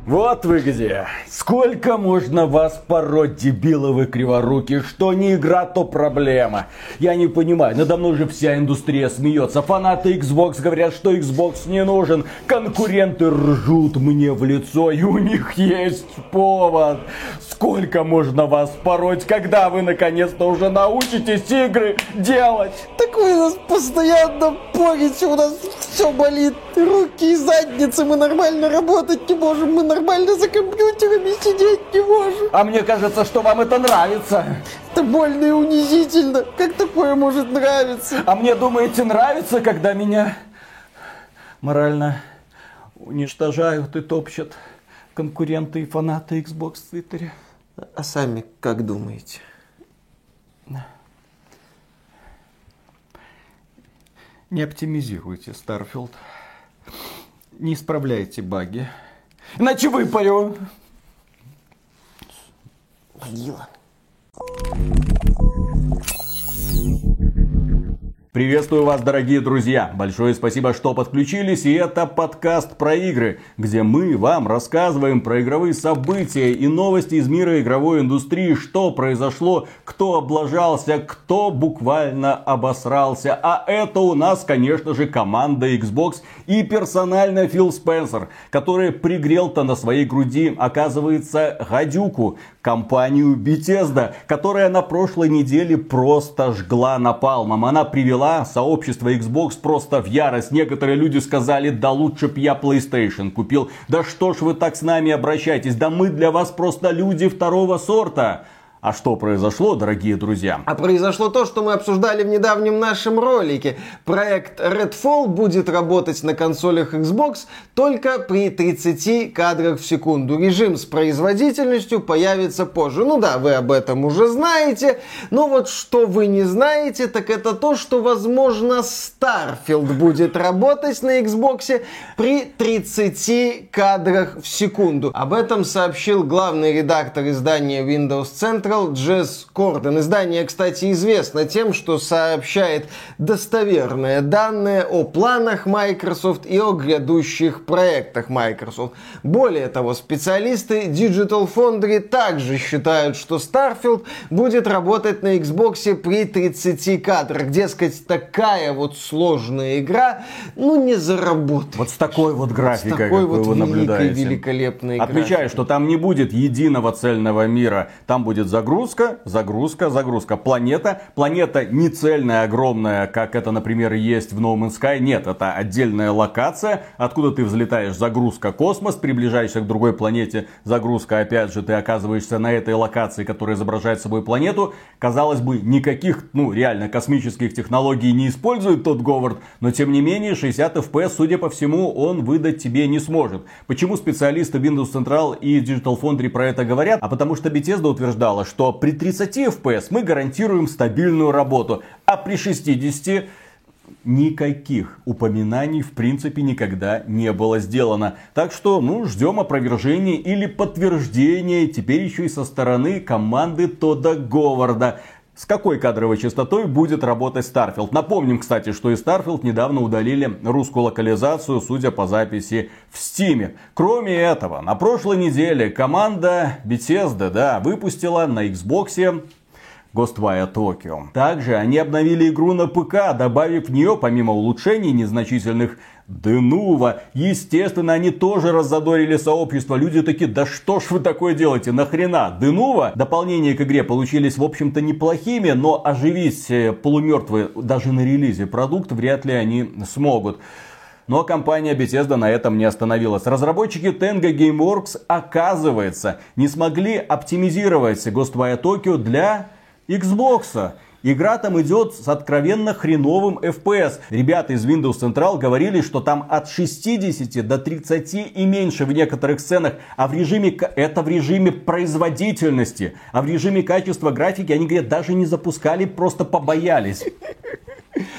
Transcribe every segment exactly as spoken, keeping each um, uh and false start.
Вот вы где. Сколько можно вас пороть, дебилы вы криворуки, что не игра, то проблема. Я не понимаю, надо мной же вся индустрия смеется. Фанаты Xbox говорят, что Xbox не нужен. Конкуренты ржут мне в лицо, и у них есть повод. Сколько можно вас пороть, когда вы наконец-то уже научитесь игры делать? Так вы нас постоянно порите, у нас все болит. Руки и задницы, мы нормально работать не можем, мы нормально за компьютерами сидеть не можем. А мне кажется, что вам это нравится. Это больно и унизительно. Как такое может нравиться? А мне, думаете, нравится, когда меня морально уничтожают и топчут конкуренты и фанаты Xbox в Твиттере? А сами как думаете? Не оптимизируйте Starfield. Не исправляйте баги. Иначе выпарю. Ванила. Приветствую вас, дорогие друзья! Большое спасибо, что подключились, и это подкаст про игры, где мы вам рассказываем про игровые события и новости из мира игровой индустрии, что произошло, кто облажался, кто буквально обосрался. А это у нас, конечно же, команда Xbox и персонально Фил Спенсер, который пригрел-то на своей груди, оказывается, гадюку, компанию Bethesda, которая на прошлой неделе просто жгла напалмом. Она привела сообщество Xbox просто в ярость. Некоторые люди сказали: да лучше б я PlayStation купил. Да что ж вы так с нами обращаетесь? Да мы для вас просто люди второго сорта. А что произошло, дорогие друзья? А произошло то, что мы обсуждали в недавнем нашем ролике. Проект Redfall будет работать на консолях Xbox только при тридцати кадрах в секунду. Режим с производительностью появится позже. Ну да, вы об этом уже знаете. Но вот что вы не знаете, так это то, что, возможно, Starfield будет работать на Xbox при тридцати кадрах в секунду. Об этом сообщил главный редактор издания Windows Central Джесс Корден. Издание, кстати, известно тем, что сообщает достоверные данные о планах Microsoft и о грядущих проектах Microsoft. Более того, специалисты Digital Foundry также считают, что Starfield будет работать на Xbox при тридцати кадрах. Дескать, такая вот сложная игра, ну, не заработает. Вот с такой вот графикой, с такой как вот вы великой, наблюдаете. великолепной Отмечаю, графикой. что там не будет единого цельного мира. Там будет загрузка, загрузка, загрузка. Планета. Планета не цельная, огромная, как это, например, есть в No Man's Sky. Нет, это отдельная локация, откуда ты взлетаешь. Загрузка космос, приближаешься к другой планете. Загрузка, опять же, ты оказываешься на этой локации, которая изображает собой планету. Казалось бы, никаких, ну, реально космических технологий не использует тот Говард, но тем не менее шестьдесят эф пи эс, судя по всему, он выдать тебе не сможет. Почему специалисты Windows Central и Digital Foundry про это говорят? А потому что Bethesda утверждала, что при тридцати эф пи эс мы гарантируем стабильную работу, а при шестидесяти никаких упоминаний в принципе никогда не было сделано. Так что, ну, ждем опровержения или подтверждения теперь еще и со стороны команды Тодда Говарда. С какой кадровой частотой будет работать Starfield? Напомним, кстати, что из Starfield недавно удалили русскую локализацию, судя по записи в Steam. Кроме этого, на прошлой неделе команда Bethesda, да, выпустила на Xbox Ghostwire Tokyo. Также они обновили игру на ПК, добавив в нее, помимо улучшений незначительных, Денува. Естественно, они тоже раззадорили сообщество. Люди такие: да что ж вы такое делаете, нахрена? Денува. Дополнения к игре получились, в общем-то, неплохими, но оживить полумертвый даже на релизе продукт вряд ли они смогут. Но компания Bethesda на этом не остановилась. Разработчики Tango Gameworks, оказывается, не смогли оптимизировать Ghostwire Tokyo для Xbox. Игра там идет с откровенно хреновым эф пи эс. Ребята из Windows Central говорили, что там от шестидесяти до тридцати и меньше в некоторых сценах. А в режиме, это в режиме производительности. А в режиме качества графики они, говорят, даже не запускали, просто побоялись.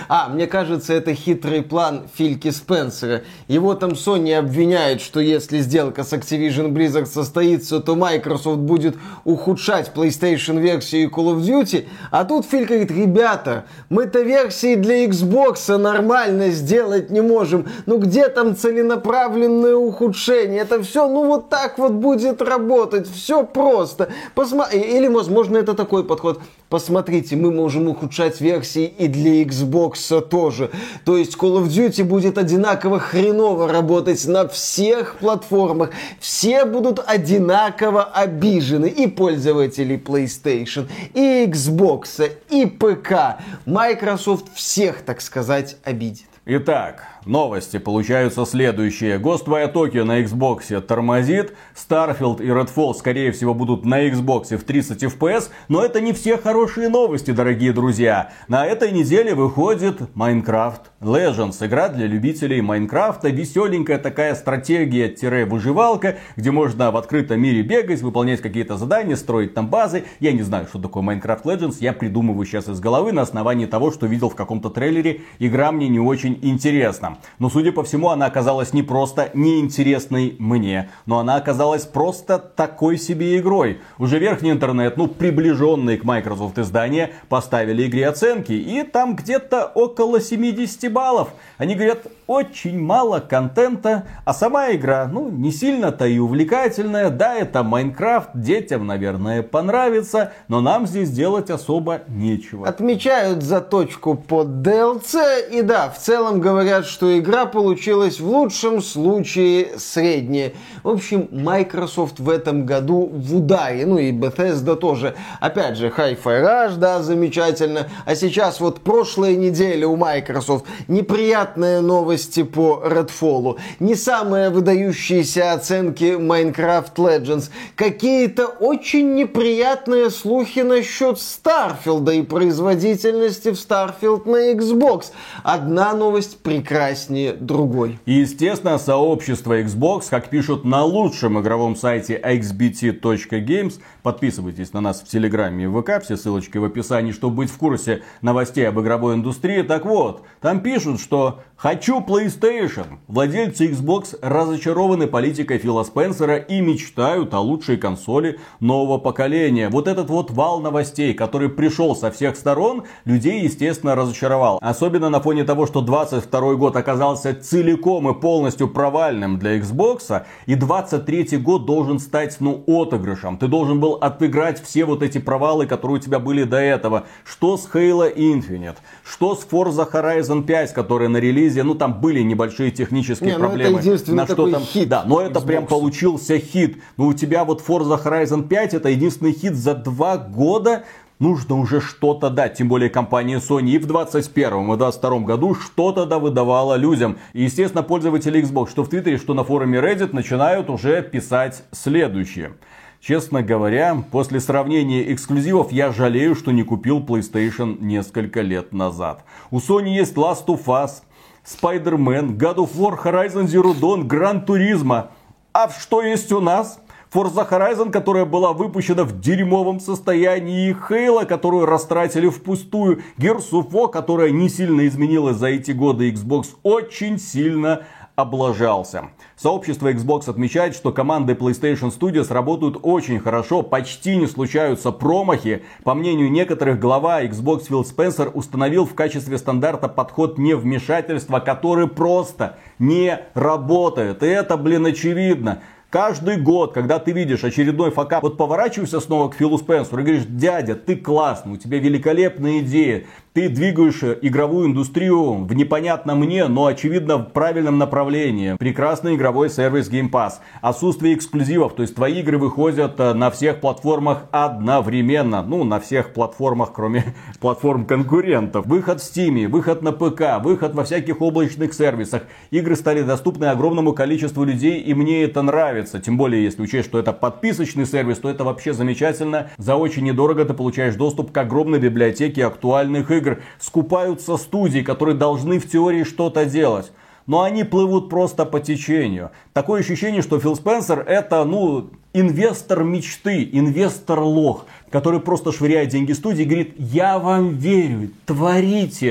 А, мне кажется, это хитрый план Фильки Спенсера. Его там Sony обвиняет, что если сделка с Activision Blizzard состоится, то Microsoft будет ухудшать PlayStation-версию Call of Duty. А тут Филь говорит, ребята, мы-то версии для Xbox нормально сделать не можем. Ну где там целенаправленное ухудшение? Это все, ну вот так вот будет работать. Все просто. Посма... Или, возможно, это такой подход. Посмотрите, мы можем ухудшать версии и для Xbox тоже. То есть Call of Duty будет одинаково хреново работать на всех платформах. Все будут одинаково обижены. И пользователи PlayStation, и Xbox, и ПК. Microsoft всех, так сказать, обидит. Итак, новости получаются следующие. Ghostwire Tokyo на Xbox тормозит. Starfield и Redfall, скорее всего, будут на Xbox в тридцать эф пи эс. Но это не все хорошие новости, дорогие друзья. На этой неделе выходит Minecraft Legends. Игра для любителей Майнкрафта. Веселенькая такая стратегия-выживалка, где можно в открытом мире бегать, выполнять какие-то задания, строить там базы. Я не знаю, что такое Minecraft Legends. Я придумываю сейчас из головы на основании того, что видел в каком-то трейлере. Игра мне не очень интересна. Но, судя по всему, она оказалась не просто неинтересной мне, но она оказалась просто такой себе игрой. Уже верхний интернет, ну, приближенные к Microsoft издания, поставили игре оценки, и там где-то около семьдесят баллов. Они говорят, очень мало контента, а сама игра, ну, не сильно-то и увлекательная. Да, это Майнкрафт, детям, наверное, понравится, но нам здесь делать особо нечего. Отмечают заточку под ди эл си, и да, в целом говорят, что игра получилась в лучшем случае средняя. В общем, Microsoft в этом году в ударе, ну и Bethesda тоже. Опять же, Hi-Fi Rush, да, замечательно. А сейчас вот прошлая неделя у Microsoft неприятные новости по Redfall. Не самые выдающиеся оценки Minecraft Legends. Какие-то очень неприятные слухи насчет Starfield и производительности в Starfield на Xbox. Одна новость прекраснее другой. И, естественно, сообщество Xbox, как пишут на лучшем игровом сайте икс би ти точка геймс, подписывайтесь на нас в Телеграме и в ВК, все ссылочки в описании, чтобы быть в курсе новостей об игровой индустрии. Так вот, там пишут, что «Хочу PlayStation». Владельцы Xbox разочарованы политикой Фила Спенсера и мечтают о лучшей консоли нового поколения. Вот этот вот вал новостей, который пришел со всех сторон, людей, естественно, разочаровал. Особенно на фоне того, что двадцать второй год оказался целиком и полностью провальным для Xbox, и двадцать третий год должен стать, ну, отыгрышем. Ты должен был отыграть все вот эти провалы, которые у тебя были до этого. Что с Halo Infinite, что с Forza Horizon пять, которые на релизе, ну, там были небольшие технические Не, проблемы. Ну, это единственный на такой что там, хит. да, но это Xbox. Прям получился хит. Но у тебя вот Forza Horizon пять это единственный хит за два года. Нужно уже что-то дать, тем более компания Sony и в двадцать первом, и в двадцать втором году что-то да выдавала людям. И, естественно, пользователи Xbox, что в Твиттере, что на форуме Reddit, начинают уже писать следующее. Честно говоря, после сравнения эксклюзивов я жалею, что не купил PlayStation несколько лет назад. У Sony есть Last of Us, Spider-Man, God of War, Horizon Zero Dawn, Gran Turismo. А что есть у нас? Forza Horizon, которая была выпущена в дерьмовом состоянии, и Halo, которую растратили впустую, Gears of War, которая не сильно изменилась за эти годы, Xbox очень сильно облажался. Сообщество Xbox отмечает, что команды PlayStation Studios работают очень хорошо, почти не случаются промахи. По мнению некоторых, глава Xbox Фил Спенсер установил в качестве стандарта подход невмешательства, который просто не работает. И это, блин, очевидно. Каждый год, когда ты видишь очередной факап, вот поворачиваешься снова к Филу Спенсеру и говоришь: дядя, ты классный, у тебя великолепная идея. Ты двигаешь игровую индустрию в непонятном мне, но очевидно в правильном направлении. Прекрасный игровой сервис Game Pass. Отсутствие эксклюзивов, то есть твои игры выходят на всех платформах одновременно. Ну, на всех платформах, кроме платформ конкурентов. Выход в Steam, выход на ПК, выход во всяких облачных сервисах. Игры стали доступны огромному количеству людей, и мне это нравится. Тем более, если учесть, что это подписочный сервис, то это вообще замечательно. За очень недорого ты получаешь доступ к огромной библиотеке актуальных игр. Скупаются студии, которые должны в теории что-то делать. Но они плывут просто по течению. Такое ощущение, что Фил Спенсер это, ну, инвестор мечты, инвестор-лох, который просто швыряет деньги студии и говорит: я вам верю, творите.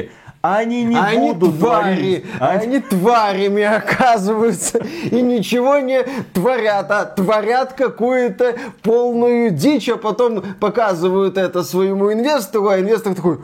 Они не они будут твари, творить. Они... они тварями оказываются и ничего не творят, а творят какую-то полную дичь, а потом показывают это своему инвестору, а инвестор такой: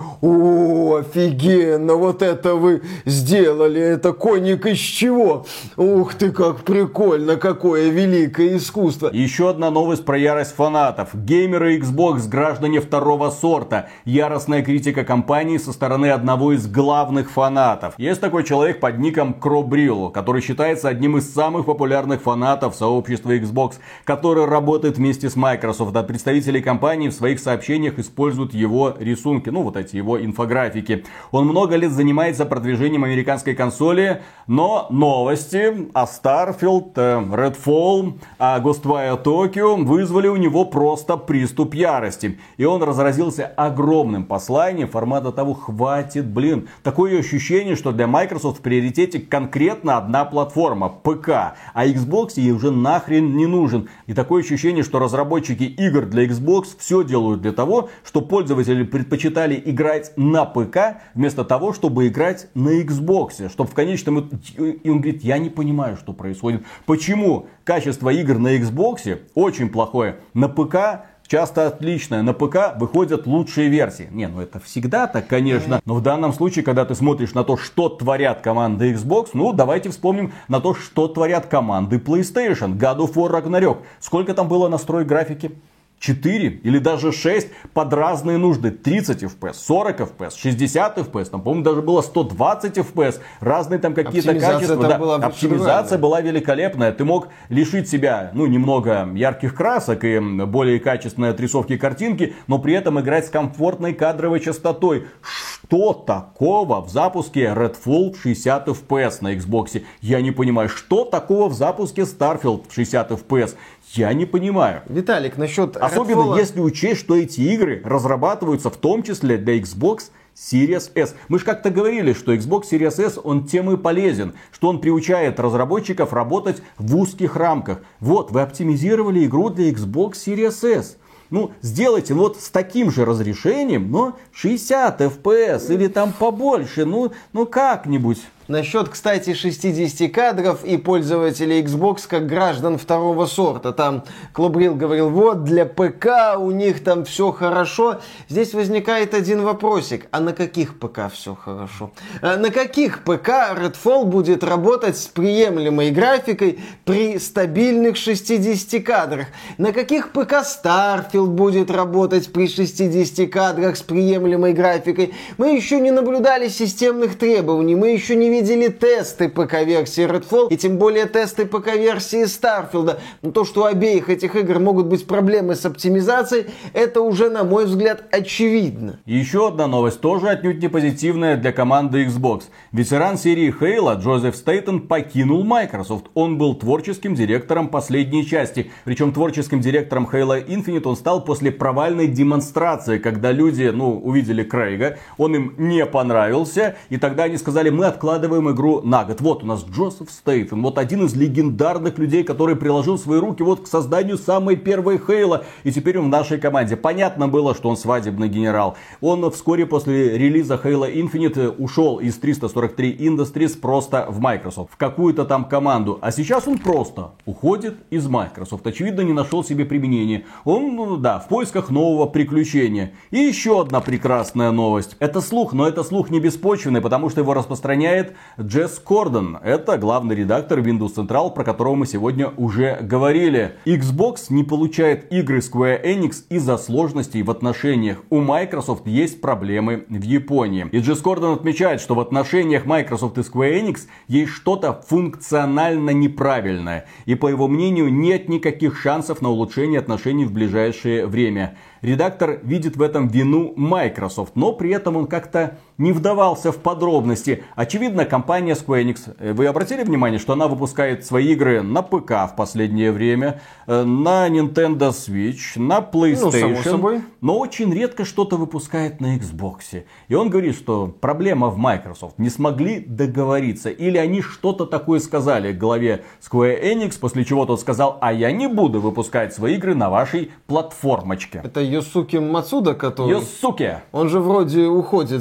о, офигенно, вот это вы сделали, это коник из чего? Ух ты, как прикольно, какое великое искусство. Еще одна новость про ярость фанатов. Геймеры Xbox, граждане второго сорта. Яростная критика компании со стороны одного из главных фанатов. Есть такой человек под ником Кробрилл, который считается одним из самых популярных фанатов сообщества Xbox, который работает вместе с Microsoft. А представители компании в своих сообщениях используют его рисунки, ну вот эти его инфографики. Он много лет занимается продвижением американской консоли, но новости о Starfield, Redfall, о Ghostwire Tokyo вызвали у него просто приступ ярости. И он разразился огромным посланием формата того: хватит, блин. Такое ощущение, что для Microsoft в приоритете конкретно одна платформа, ПК, а Xbox ей уже нахрен не нужен. И такое ощущение, что разработчики игр для Xbox все делают для того, чтобы пользователи предпочитали играть на ПК, вместо того, чтобы играть на Xbox. Чтобы в конечном... И он говорит: я не понимаю, что происходит. Почему качество игр на Xbox очень плохое, на ПК часто отличное, на ПК выходят лучшие версии. Не, ну это всегда так, конечно. Но в данном случае, когда ты смотришь на то, что творят команды Xbox, ну давайте вспомним на то, что творят команды PlayStation. God of War Ragnarok. Сколько там было настроек графики? четыре или даже шесть под разные нужды. тридцать эф пи эс, сорок эф пи эс, шестьдесят эф пи эс, там, по-моему, даже было сто двадцать эф пи эс. Разные там какие-то качества. Да, была оптимизация была великолепная. Ты мог лишить себя, ну, немного ярких красок и более качественной отрисовки картинки, но при этом играть с комфортной кадровой частотой. Что такого в запуске Redfall в шестьдесят эф пи эс на Xbox? Я не понимаю. Что такого в запуске Starfield в шестьдесят эф пи эс? Я не понимаю. Виталик, насчет Особенно Redfall... если учесть, что эти игры разрабатываются в том числе для Xbox Series S. Мы же как-то говорили, что Xbox Series S, он тем и полезен, что он приучает разработчиков работать в узких рамках. Вот, вы оптимизировали игру для Xbox Series S. Ну, сделайте вот с таким же разрешением, но шестьдесят эф пи эс или там побольше, ну, ну как-нибудь. Насчет, кстати, шестидесяти кадров и пользователей Xbox как граждан второго сорта. Там Клобрил говорил: вот, для ПК у них там все хорошо. Здесь возникает один вопросик. А на каких ПК все хорошо? А на каких ПК Redfall будет работать с приемлемой графикой при стабильных шестидесяти кадрах? На каких ПК Starfield будет работать при шестидесяти кадрах с приемлемой графикой? Мы еще не наблюдали системных требований, мы еще не видели видели тесты ПК-версии Redfall, и тем более тесты ПК-версии Starfield. Но то, что у обеих этих игр могут быть проблемы с оптимизацией, это уже, на мой взгляд, очевидно. И еще одна новость, тоже отнюдь не позитивная для команды Xbox. Ветеран серии Halo Джозеф Стейтон покинул Microsoft. Он был творческим директором последней части. Причем творческим директором Halo Infinite он стал после провальной демонстрации, когда люди, ну, увидели Крейга, он им не понравился, и тогда они сказали: мы откладываем игру на год. Вот у нас Джозеф Стейтон, вот один из легендарных людей, который приложил свои руки вот к созданию самой первой Halo, и теперь он в нашей команде. Понятно было, что он свадебный генерал. Он вскоре после релиза Halo Infinite ушел из триста сорок три Industries просто в Microsoft, в какую-то там команду. А сейчас он просто уходит из Microsoft. Очевидно, не нашел себе применения. Он, ну, да, в поисках нового приключения. И еще одна прекрасная новость. Это слух, но это слух не беспочвенный, потому что его распространяет Джесс Корден. Это главный редактор Windows Central, про которого мы сегодня уже говорили. Xbox не получает игры Square Enix из-за сложностей в отношениях. У Microsoft есть проблемы в Японии. И Джесс Корден отмечает, что в отношениях Microsoft и Square Enix есть что-то функционально неправильное. И по его мнению, нет никаких шансов на улучшение отношений в ближайшее время. Редактор видит в этом вину Microsoft, но при этом он как-то не вдавался в подробности. Очевидно, компания Square Enix, вы обратили внимание, что она выпускает свои игры на ПК в последнее время, на Nintendo Switch, на PlayStation, ну, само собой. Но очень редко что-то выпускает на Xbox. И он говорит, что проблема в Microsoft. Не смогли договориться. Или они что-то такое сказали главе Square Enix, после чего тот сказал: а я не буду выпускать свои игры на вашей платформочке. Это Йосуки Мацуда, который... Йосуки! Он же вроде уходит с уходит, этого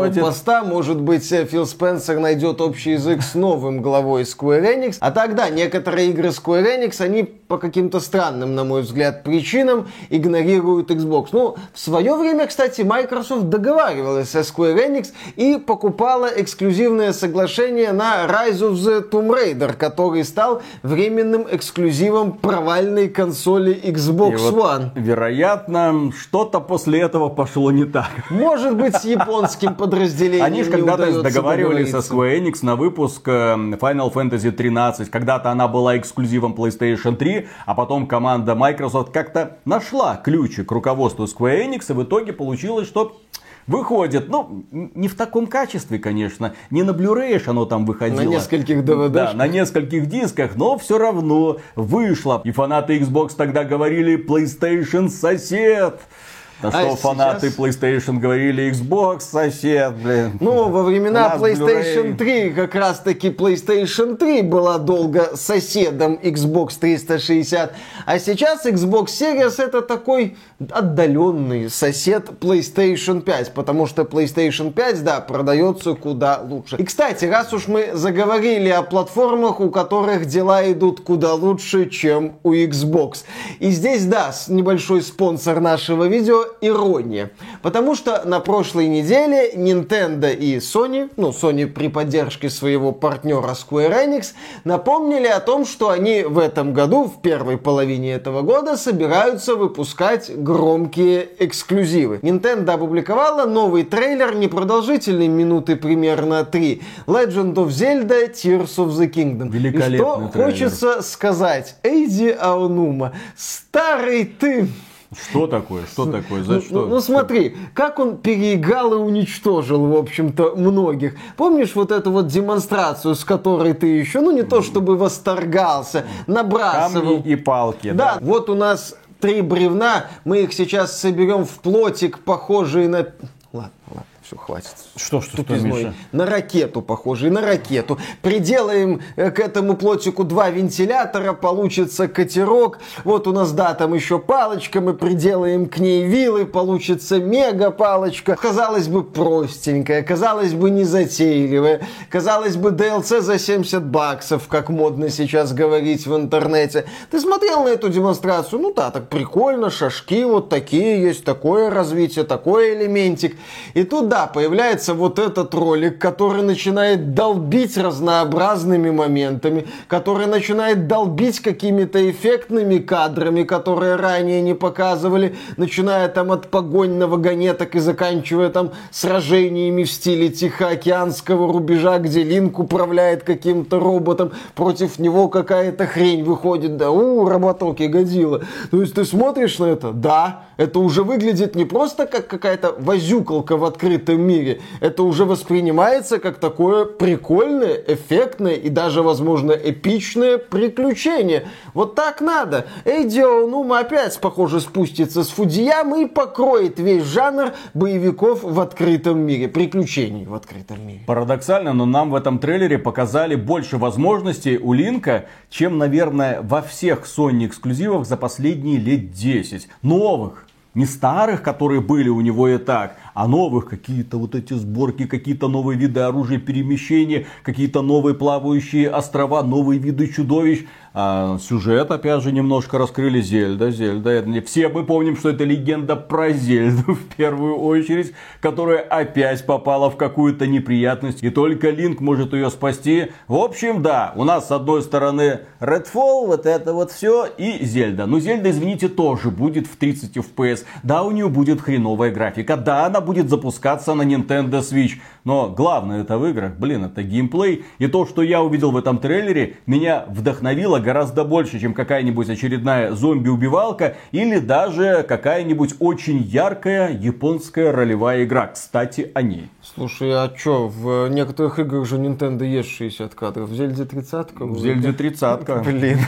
хватит. поста, может быть, Фил Спенсер найдет общий язык с новым главой Square Enix. А тогда некоторые игры Square Enix, они по каким-то странным, на мой взгляд, причинам игнорируют Xbox. Ну, в свое время, кстати, Microsoft договаривалась со Square Enix и покупала эксклюзивное соглашение на Rise of the Tomb Raider, который стал временным эксклюзивом провальной консоли Xbox И вот, One. вероятно, что-то после этого пошло не так. Может быть, с японским подразделением Они же не когда-то удается договаривались со договориться. Square Enix на выпуск э, Final Fantasy тринадцать. Когда-то она была эксклюзивом PlayStation три, а потом команда Microsoft как-то нашла ключи к руководству Square Enix, и в итоге получилось, что выходит, ну, не в таком качестве, конечно, не на Blu-ray оно там выходило. На нескольких ди ви ди-шках. Да, на нескольких дисках, но все равно вышло. И фанаты Xbox тогда говорили PlayStation сосед. На что А фанаты сейчас? PlayStation говорили Xbox сосед, блин. Ну, во времена У нас PlayStation Blu-ray. три как раз-таки PlayStation три была долго соседом Xbox триста шестьдесят, а сейчас Xbox Series это такой отдаленный сосед PlayStation пять, потому что PlayStation пять, да, продается куда лучше. И, кстати, раз уж мы заговорили о платформах, у которых дела идут куда лучше, чем у Xbox. И здесь, да, небольшой спонсор нашего видео — ирония. Потому что на прошлой неделе Nintendo и Sony, ну, Sony при поддержке своего партнера Square Enix, напомнили о том, что они в этом году, в первой половине этого года, собираются выпускать громкие эксклюзивы. Nintendo опубликовала новый трейлер, непродолжительный, минуты примерно три. Legend of Zelda Tears of the Kingdom. Великолепный И что трейлер. хочется сказать? Эйди Аонума, старый ты... Что такое? Что такое? За Ну, что? ну, смотри, как он переиграл и уничтожил, в общем-то, многих. Помнишь вот эту вот демонстрацию, с которой ты еще, ну не то чтобы восторгался, набрасывал. Камни и палки. Да, вот у нас три бревна, мы их сейчас соберем в плотик, похожий на... Ладно, ладно, все, хватит. Что, что, что, Тупизной. Миша? На ракету похожий, на ракету. Приделаем э, к этому плотику два вентилятора, получится катерок. Вот у нас, да, там еще палочка, мы приделаем к ней вилы, получится мега-палочка. Казалось бы, простенькая, казалось бы, незатейливая. Казалось бы, ди эл си за семьдесят баксов, как модно сейчас говорить в интернете. Ты смотрел на эту демонстрацию? Ну да, так прикольно, шашки вот такие есть, такое развитие, такой элементик. И тут, да, появляется вот этот ролик, который начинает долбить разнообразными моментами, который начинает долбить какими-то эффектными кадрами, которые ранее не показывали, начиная там от погонь на вагонеток и заканчивая там сражениями в стиле Тихоокеанского рубежа, где Линк управляет каким-то роботом, против него какая-то хрень выходит, да, у, роботок и годила. То есть ты смотришь на это, да, это уже выглядит не просто как какая-то возюкалка в открытом мире, это уже воспринимается как такое прикольное, эффектное и даже, возможно, эпичное приключение. Вот так надо. Эйди Аонума опять, похоже, спустится с Фудзиямы и покроет весь жанр боевиков в открытом мире, приключений в открытом мире. Парадоксально, но нам в этом трейлере показали больше возможностей у Линка, чем, наверное, во всех Sony эксклюзивах за последние лет десять. Новых. Не старых, которые были у него и так, а новых, какие-то вот эти сборки, какие-то новые виды оружия, перемещения, какие-то новые плавающие острова, новые виды чудовищ. А сюжет, опять же, немножко раскрыли. Зельда, Зельда. Это... Все мы помним, что это легенда про Зельду в первую очередь, которая опять попала в какую-то неприятность, и только Линк может ее спасти. В общем, да, у нас с одной стороны Redfall, вот это вот все, и Зельда. Но Зельда, извините, тоже будет в тридцать эф пи эс. Да, у нее будет хреновая графика. Да, она будет запускаться на Nintendo Switch. Но главное это в играх, блин, это геймплей. И то, что я увидел в этом трейлере, меня вдохновило гораздо больше, чем какая-нибудь очередная зомби-убивалка или даже какая-нибудь очень яркая японская ролевая игра. Кстати, о ней. Слушай, а чё, в некоторых играх же Nintendo есть шестьдесят кадров. В Зельде тридцатка? В Зельде тридцатка. Блин.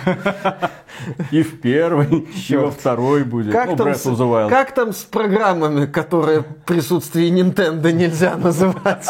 И в первой, и во второй будет. Как, Ну, там Breath с, of the Wild. как там с программами, которые присутствуют присутствии Nintendo нельзя называть.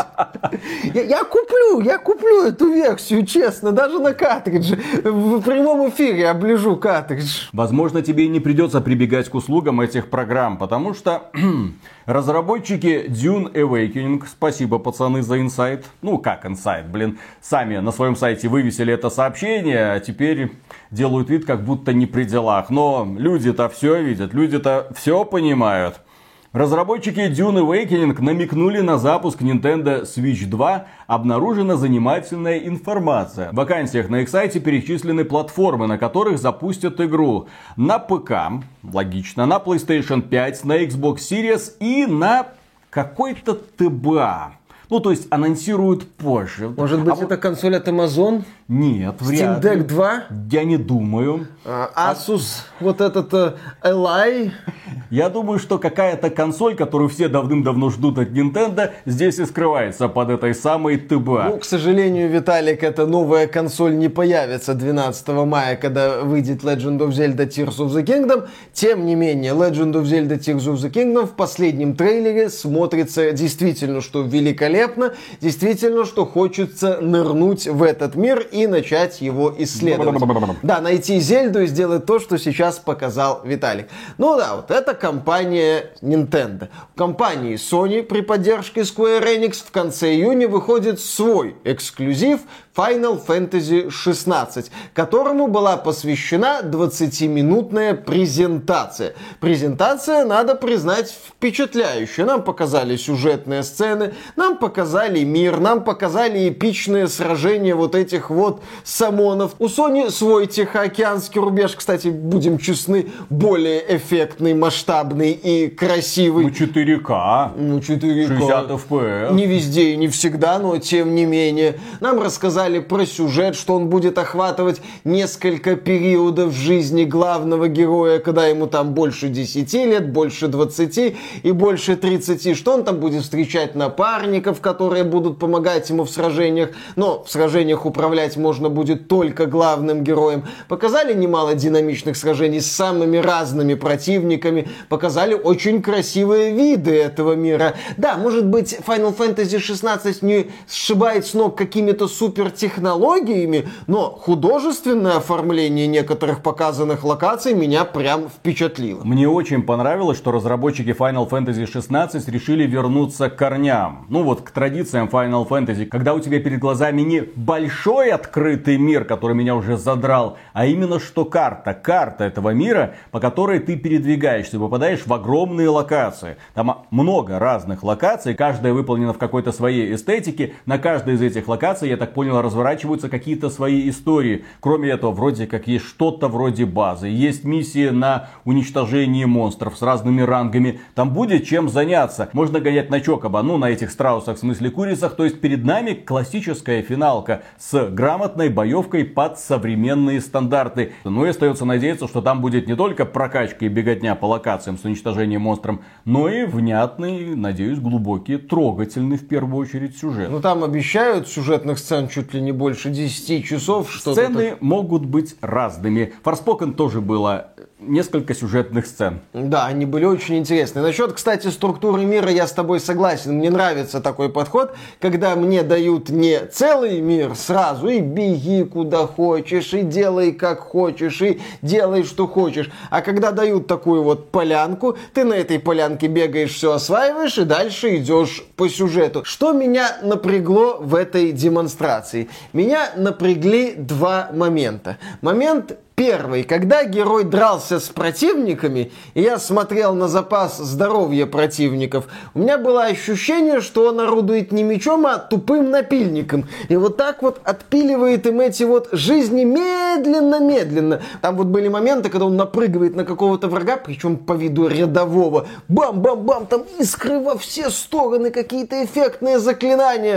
Я, я куплю, я куплю эту версию, честно, даже на картридже. В прямом эфире оближу картридж. Возможно, тебе и не придется прибегать к услугам этих программ, потому что разработчики Dune Awakening, спасибо, пацаны, за инсайт. Ну, как инсайт, блин, сами на своем сайте вывесили это сообщение, а теперь делают вид, как будто не при делах. Но люди-то все видят, люди-то все понимают. Разработчики Dune Awakening намекнули на запуск Nintendo Switch два. Обнаружена занимательная информация. В вакансиях на их сайте перечислены платформы, на которых запустят игру. На ПК, логично, на PlayStation пять, на Xbox Series и на какой-то ТБА. Ну, то есть, анонсируют позже. Может быть, а это вот... консоль от Amazon? Нет, вряд ли. Steam Deck два? Я не думаю. А, Asus, а... вот этот uh, эл ай? Я думаю, что какая-то консоль, которую все давным-давно ждут от Nintendo, здесь и скрывается под этой самой ТБА. Ну, к сожалению, Виталик, эта новая консоль не появится двенадцатого мая, когда выйдет Legend of Zelda Tears of the Kingdom. Тем не менее, Legend of Zelda Tears of the Kingdom в последнем трейлере смотрится действительно, что великолепно, действительно, что хочется нырнуть в этот мир и начать его исследовать. Да, найти Зельду и сделать то, что сейчас показал Виталик. Ну да, вот это компания Nintendo. У компании Sony при поддержке Square Enix в конце июня выходит свой эксклюзив Final Fantasy шестнадцать, которому была посвящена двадцатиминутная презентация. Презентация, надо признать, впечатляющая. Нам показали сюжетные сцены, нам показали мир, нам показали эпичные сражения вот этих вот самонов. У Sony свой Тихоокеанский рубеж, кстати, будем честны, более эффектный, масштабный и красивый. Ну, четыре ка. Ну, четыре ка. шестьдесят эф пи эс. Не везде и не всегда, но тем не менее. Нам рассказали про сюжет, что он будет охватывать несколько периодов жизни главного героя, когда ему там больше десяти лет, больше двадцати и больше тридцати, что он там будет встречать напарников, которые будут помогать ему в сражениях, но в сражениях управлять можно будет только главным героем. Показали немало динамичных сражений с самыми разными противниками, показали очень красивые виды этого мира. Да, может быть, Final Fantasy шестнадцать не сшибает с ног какими-то супер технологиями, но художественное оформление некоторых показанных локаций меня прям впечатлило. Мне очень понравилось, что разработчики Final Fantasy шестнадцать решили вернуться к корням. Ну вот, к традициям Final Fantasy, когда у тебя перед глазами не большой открытый мир, который меня уже задрал, а именно что карта. Карта этого мира, по которой ты передвигаешься, попадаешь в огромные локации. Там много разных локаций, каждая выполнена в какой-то своей эстетике. На каждой из этих локаций, я так понял, разворачиваются какие-то свои истории. Кроме этого, вроде как есть что-то вроде базы. Есть миссии на уничтожение монстров с разными рангами. Там будет чем заняться. Можно гонять на Чокоба, ну на этих страусах, в смысле курицах. То есть перед нами классическая финалка с грамотной боевкой под современные стандарты. Ну и остается надеяться, что там будет не только прокачка и беготня по локациям с уничтожением монстров, но и внятный, надеюсь, глубокий, трогательный в первую очередь сюжет. Ну там обещают сюжетных сцен чуть ли не больше десяти часов. Что-то Сцены так... могут быть разными. В Forspoken тоже было несколько сюжетных сцен. Да, они были очень интересны. Насчет, кстати, структуры мира я с тобой согласен. Мне нравится такой подход, когда мне дают не целый мир сразу, и беги куда хочешь, и делай как хочешь, и делай что хочешь. А когда дают такую вот полянку, ты на этой полянке бегаешь, все осваиваешь, и дальше идешь по сюжету. Что меня напрягло в этой демонстрации? Меня напрягли два момента. Момент первый, когда герой дрался с противниками, и я смотрел на запас здоровья противников, у меня было ощущение, что он орудует не мечом, а тупым напильником. И вот так вот отпиливает им эти вот жизни медленно-медленно. Там вот были моменты, когда он напрыгивает на какого-то врага, причем по виду рядового. Бам-бам-бам, там искры во все стороны, какие-то эффектные заклинания.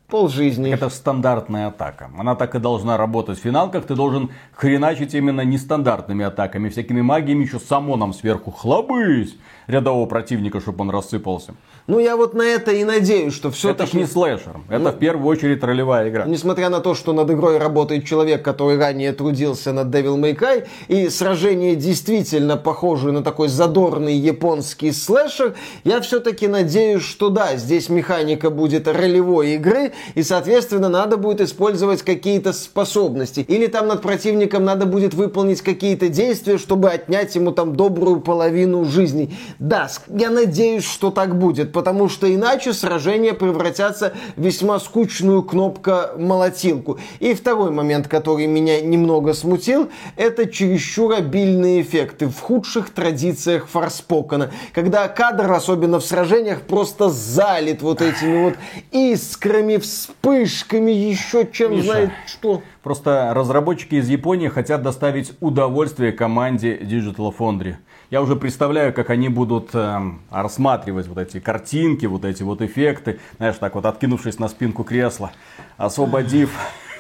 Полжизни. Это стандартная атака. Она так и должна работать. В финалках ты должен хреначить именно нестандартными атаками, всякими магиями, еще самоном сверху. Хлобысь! Рядового противника, чтобы он рассыпался. Ну, я вот на это и надеюсь, что все-таки... Это ж не слэшер. Это ну, в первую очередь ролевая игра. Несмотря на то, что над игрой работает человек, который ранее трудился над Devil May Cry, и сражение действительно похоже на такой задорный японский слэшер, я все-таки надеюсь, что да, здесь механика будет ролевой игры, и, соответственно, надо будет использовать какие-то способности. Или там над противником надо будет выполнить какие-то действия, чтобы отнять ему там добрую половину жизни. Да, я надеюсь, что так будет, потому что иначе сражения превратятся в весьма скучную кнопка-молотилку. И второй момент, который меня немного смутил, это чересчур обильные эффекты в худших традициях Форспокена, когда кадр, особенно в сражениях, просто залит вот этими вот искрами, вспышками, еще чем Миша, знает что. Просто разработчики из Японии хотят доставить удовольствие команде Digital Foundry. Я уже представляю, как они будут э, рассматривать вот эти картинки, вот эти вот эффекты. Знаешь, так вот откинувшись на спинку кресла, освободив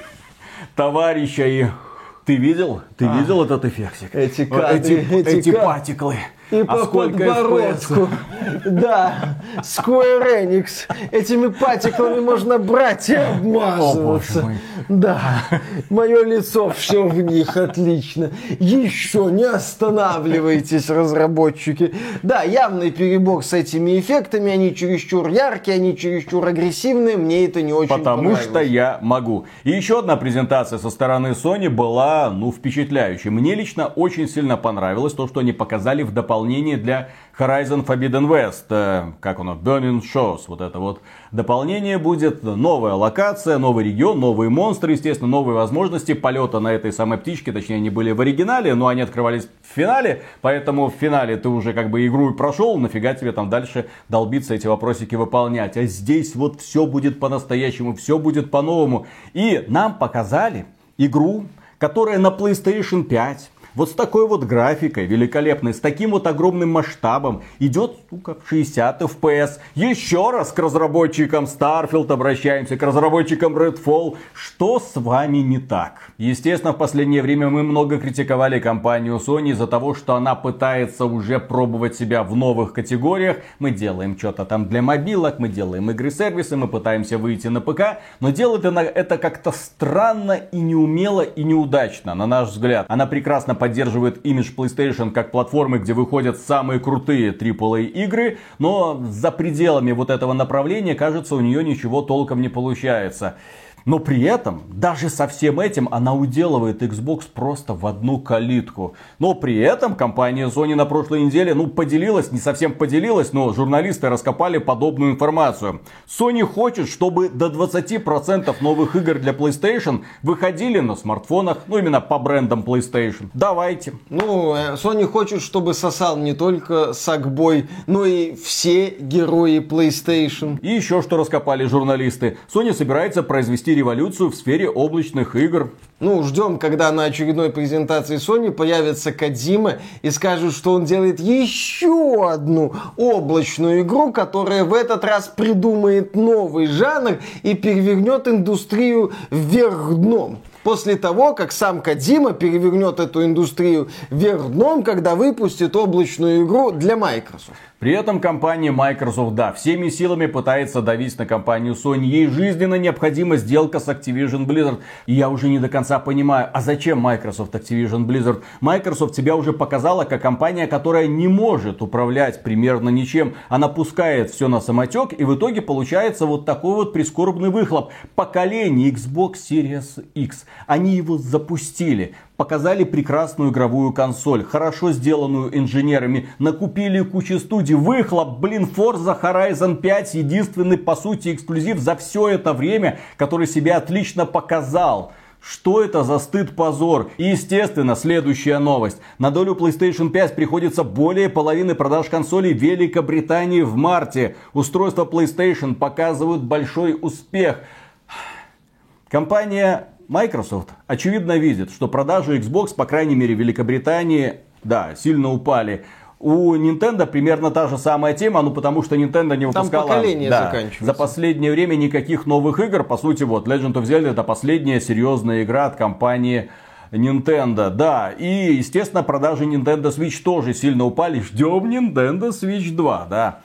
товарища и... Ты видел? Ты а, видел этот эффектик? Эти кадры, эти, эти, эти кад... патиклы. И а по подбородку. Да, Square Enix. Этими патиклами можно брать и обмазываться. О, да, мое лицо все в них отлично. Еще не останавливайтесь, разработчики. Да, явный перебор с этими эффектами. Они чересчур яркие, они чересчур агрессивные. Мне это не очень Потому понравилось. что я могу. И еще одна презентация со стороны Sony была, ну, впечатляющей. Мне лично очень сильно понравилось то, что они показали в дополнение для Horizon Forbidden West, как оно, Burning Shores, вот это вот дополнение будет, новая локация, новый регион, новые монстры, естественно, новые возможности полета на этой самой птичке, точнее они были в оригинале, но они открывались в финале, поэтому в финале ты уже как бы игру и прошел, нафига тебе там дальше долбиться эти вопросики выполнять, а здесь вот все будет по-настоящему, все будет по-новому, и нам показали игру, которая на PlayStation пять, вот с такой вот графикой великолепной, с таким вот огромным масштабом, идет, ну, как шестьдесят эф пи эс. Еще раз к разработчикам Starfield обращаемся, к разработчикам Redfall. Что с вами не так? Естественно, в последнее время мы много критиковали компанию Sony из-за того, что она пытается уже пробовать себя в новых категориях. Мы делаем что-то там для мобилок, мы делаем игры-сервисы, мы пытаемся выйти на ПК. Но делает она это как-то странно и неумело и неудачно, на наш взгляд. Она прекрасно поддерживает имидж PlayStation как платформы, где выходят самые крутые трипл эй игры, но за пределами вот этого направления, кажется, у нее ничего толком не получается. Но при этом, даже со всем этим, она уделывает Xbox просто в одну калитку. Но при этом компания Sony на прошлой неделе, ну, поделилась, не совсем поделилась, но журналисты раскопали подобную информацию. Sony хочет, чтобы до двадцати процентов новых игр для PlayStation выходили на смартфонах, ну, именно по брендам PlayStation. Давайте. Ну, Sony хочет, чтобы сосал не только Sackboy, но и все герои PlayStation. И еще что раскопали журналисты. Sony собирается произвести революцию в сфере облачных игр. Ну, ждем, когда на очередной презентации Sony появится Кодзима и скажет, что он делает еще одну облачную игру, которая в этот раз придумает новый жанр и перевернет индустрию вверх дном. После того, как сам Кодзима перевернет эту индустрию вверх дном, когда выпустит облачную игру для Microsoft. При этом компания Microsoft, да, всеми силами пытается давить на компанию Sony. Ей жизненно необходима сделка с Activision Blizzard. И я уже не до конца понимаю, а зачем Microsoft Activision Blizzard? Microsoft себя уже показала как компания, которая не может управлять примерно ничем. Она пускает все на самотек, и в итоге получается вот такой вот прискорбный выхлоп. Поколение Xbox Series X. Они его запустили. Показали прекрасную игровую консоль, хорошо сделанную инженерами, накупили кучу студий, выхлоп, блин, Forza Horizon пять, единственный, по сути, эксклюзив за все это время, который себя отлично показал. Что это за стыд-позор? И, естественно, следующая новость. На долю PlayStation пять приходится более половины продаж консолей в Великобритании в марте. Устройства PlayStation показывают большой успех. Компания Microsoft, очевидно, видит, что продажи Xbox, по крайней мере в Великобритании, да, сильно упали. У Nintendo примерно та же самая тема, ну потому что Nintendo не выпускала Там поколение да, заканчивается. за последнее время никаких новых игр. По сути, вот Legend of Zelda — это последняя серьезная игра от компании Nintendo. Да, и, естественно, продажи Nintendo Switch тоже сильно упали. Ждем Nintendo Switch два, да.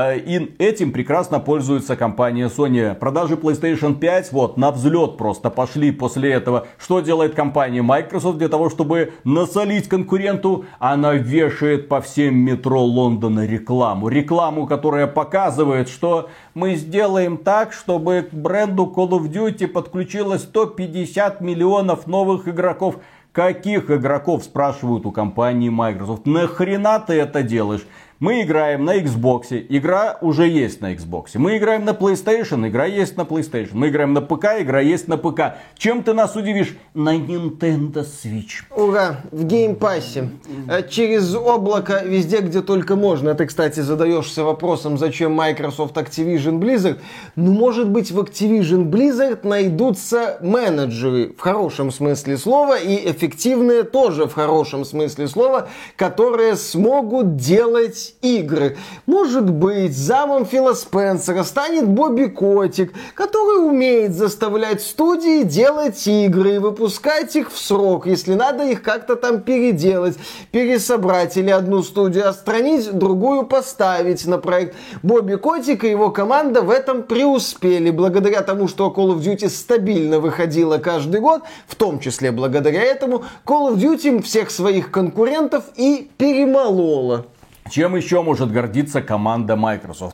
И этим прекрасно пользуется компания Sony. Продажи PlayStation пять вот на взлет просто пошли после этого. Что делает компания Microsoft для того, чтобы насолить конкуренту? Она вешает по всем метро Лондона рекламу. Рекламу, которая показывает, что мы сделаем так, чтобы к бренду Call of Duty подключилось сто пятьдесят миллионов новых игроков. Каких игроков, спрашивают у компании Microsoft? Нахрена ты это делаешь? Мы играем на Xbox, игра уже есть на Xbox. Мы играем на PlayStation, игра есть на PlayStation. Мы играем на ПК, игра есть на ПК. Чем ты нас удивишь? На Nintendo Switch. Ура! В геймпассе. Через облако везде, где только можно. Ты, кстати, задаешься вопросом, зачем Microsoft Activision Blizzard. Ну, может быть, в Activision Blizzard найдутся менеджеры, в хорошем смысле слова, и эффективные тоже в хорошем смысле слова, которые смогут делать игры. Может быть, замом Фила Спенсера станет Бобби Котик, который умеет заставлять студии делать игры и выпускать их в срок, если надо их как-то там переделать, пересобрать или одну студию отстранить, другую поставить на проект. Бобби Котик и его команда в этом преуспели, благодаря тому, что Call of Duty стабильно выходила каждый год, в том числе благодаря этому, Call of Duty всех своих конкурентов и перемолола. Чем еще может гордиться команда Microsoft?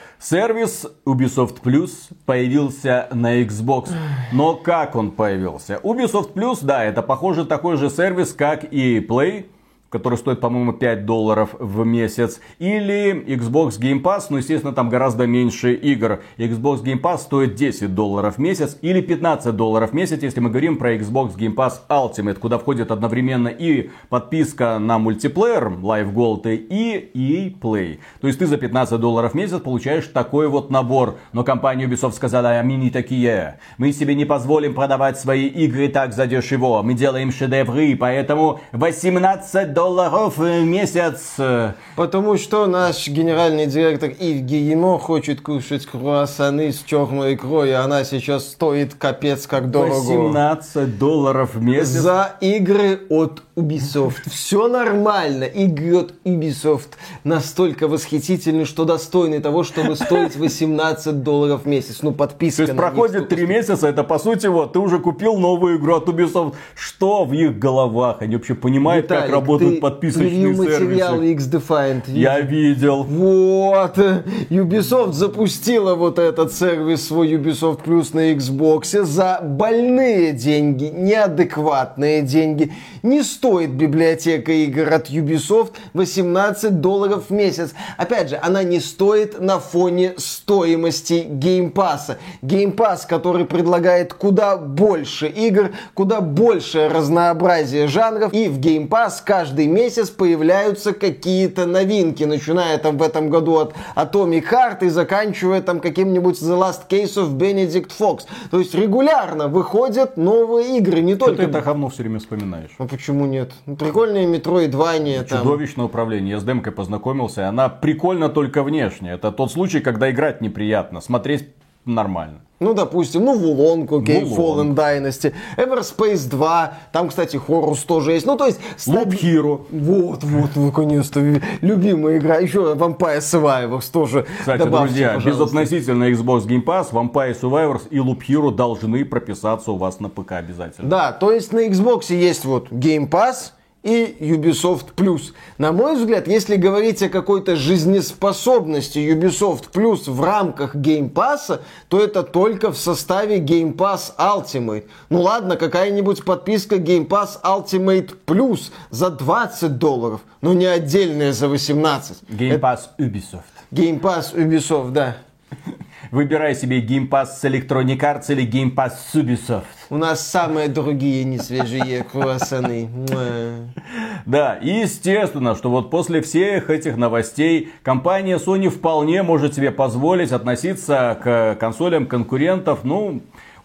Сервис Ubisoft Plus появился на Xbox. Но как он появился? Ubisoft Plus, да, это похоже такой же сервис, как и и эй Play, который стоит, по-моему, пять долларов в месяц. Или Xbox Game Pass, но, естественно, там гораздо меньше игр. Xbox Game Pass стоит десять долларов в месяц или пятнадцать долларов в месяц, если мы говорим про Xbox Game Pass Ultimate, куда входит одновременно и подписка на мультиплеер Live Gold и и эй Play. То есть ты за пятнадцать долларов в месяц получаешь такой вот набор. Но компания Ubisoft сказала: а мы не такие. Мы себе не позволим продавать свои игры так задешево. Мы делаем шедевры, поэтому восемнадцать долларов в месяц. Потому что наш генеральный директор Ив Гийемо хочет кушать круассаны с черной икрой, и она сейчас стоит капец как дорого. восемнадцать долларов в месяц. За игры от Ubisoft. Все нормально. Игры от Ubisoft настолько восхитительны, что достойны того, чтобы стоить восемнадцать долларов в месяц. Ну, подписка. То есть проходит три месяца, это по сути вот, ты уже купил новую игру от Ubisoft. Что в их головах? Они вообще понимают, Виталик, как работают подписочные сервисы? материал X-Defiant видел? Я видел. Вот. Ubisoft запустила вот этот сервис свой Ubisoft Plus на Xbox за больные деньги, неадекватные деньги. Не стоит библиотека игр от Ubisoft восемнадцать долларов в месяц. Опять же, она не стоит на фоне стоимости Game Pass. Game Pass, который предлагает куда больше игр, куда большее разнообразие жанров. И в Game Pass каждый месяц появляются какие-то новинки, начиная там в этом году от Atomic Heart и заканчивая там каким-нибудь The Last Case of Benedict Fox. То есть регулярно выходят новые игры, не Что только... ты это говно все время вспоминаешь? А почему нет? Ну, прикольные Metroidvania там. Чудовищное управление. Я с демкой познакомился, она прикольна только внешне. Это тот случай, когда играть неприятно, смотреть нормально. Ну, допустим, ну, Вулонг, окей, Вулонг. Fallen Dynasty, Everspace два, там, кстати, Хорус тоже есть. Ну, то есть... Loop Hero. Вот, вот, наконец-то, любимая игра. Еще Vampire Survivors тоже. Кстати, добавьте, друзья, пожалуйста. безотносительно Xbox Game Pass, Vampire Survivors и Loop Hero должны прописаться у вас на ПК обязательно. Да, то есть на Xbox есть вот Game Pass и Ubisoft Plus. На мой взгляд, если говорить о какой-то жизнеспособности Ubisoft Plus в рамках Game Pass, то это только в составе Game Pass Ultimate. Ну ладно, какая-нибудь подписка Game Pass Ultimate Plus за двадцать долларов, но не отдельная за восемнадцать. Game Pass Ubisoft. Game Pass Ubisoft, да. Выбирай себе Game Pass с Electronic Arts или Game Pass с Ubisoft. У нас самые другие несвежие круассаны. Да, и естественно, что вот после всех этих новостей компания Sony вполне может себе позволить относиться к консолям конкурентов, ну,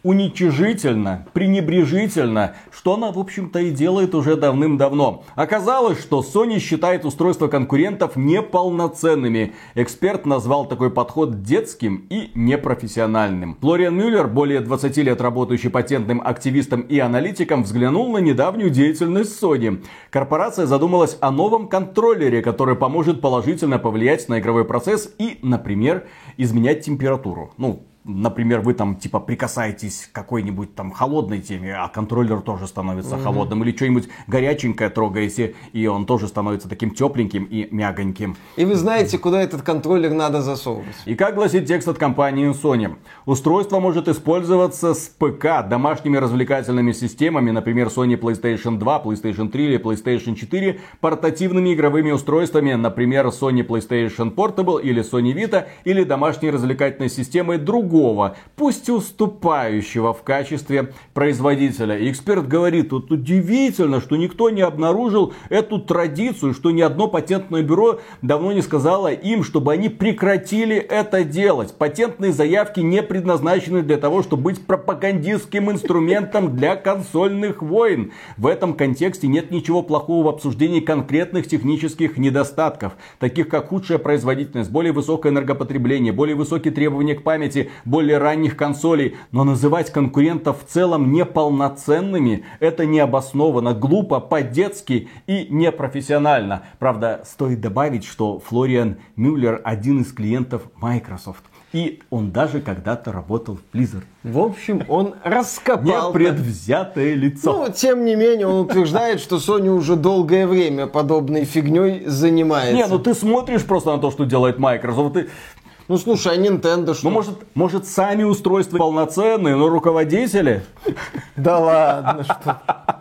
уничижительно, пренебрежительно, что она, в общем-то, и делает уже давным-давно. Оказалось, что Sony считает устройства конкурентов неполноценными. Эксперт назвал такой подход детским и непрофессиональным. Флориан Мюллер, более двадцати лет работающий патентным активистом и аналитиком, взглянул на недавнюю деятельность Sony. Корпорация задумалась о новом контроллере, который поможет положительно повлиять на игровой процесс и, например, изменять температуру. Ну, например, вы там типа прикасаетесь к какой-нибудь там холодной теме, а контроллер тоже становится mm-hmm. холодным. Или что-нибудь горяченькое трогаете, и он тоже становится таким тепленьким и мягоньким. И вы знаете, куда этот контроллер надо засовывать. И как гласит текст от компании Sony, устройство может использоваться с ПК, домашними развлекательными системами, например, Sony PlayStation два, PlayStation три или PlayStation четыре, портативными игровыми устройствами, например, Sony PlayStation Portable или Sony Vita, или домашней развлекательной системой другого, пусть и уступающего в качестве производителя. И эксперт говорит, вот удивительно, что никто не обнаружил эту традицию, что ни одно патентное бюро давно не сказало им, чтобы они прекратили это делать. Патентные заявки не предназначены для того, чтобы быть пропагандистским инструментом для консольных войн. В этом контексте нет ничего плохого в обсуждении конкретных технических недостатков, таких как худшая производительность, более высокое энергопотребление, более высокие требования к памяти, более ранних консолей. Но называть конкурентов в целом неполноценными — это необоснованно, глупо, по-детски и непрофессионально. Правда, стоит добавить, что Флориан Мюллер один из клиентов Microsoft. И он даже когда-то работал в Blizzard. В общем, он раскопал... Непредвзятое лицо. Ну, тем не менее, он утверждает, что Sony уже долгое время подобной фигней занимается. Не, ну ты смотришь просто на то, что делает Microsoft, и... Ну слушай, а Nintendo что? Ну может, может сами устройства полноценные, но руководители? Да ладно, что?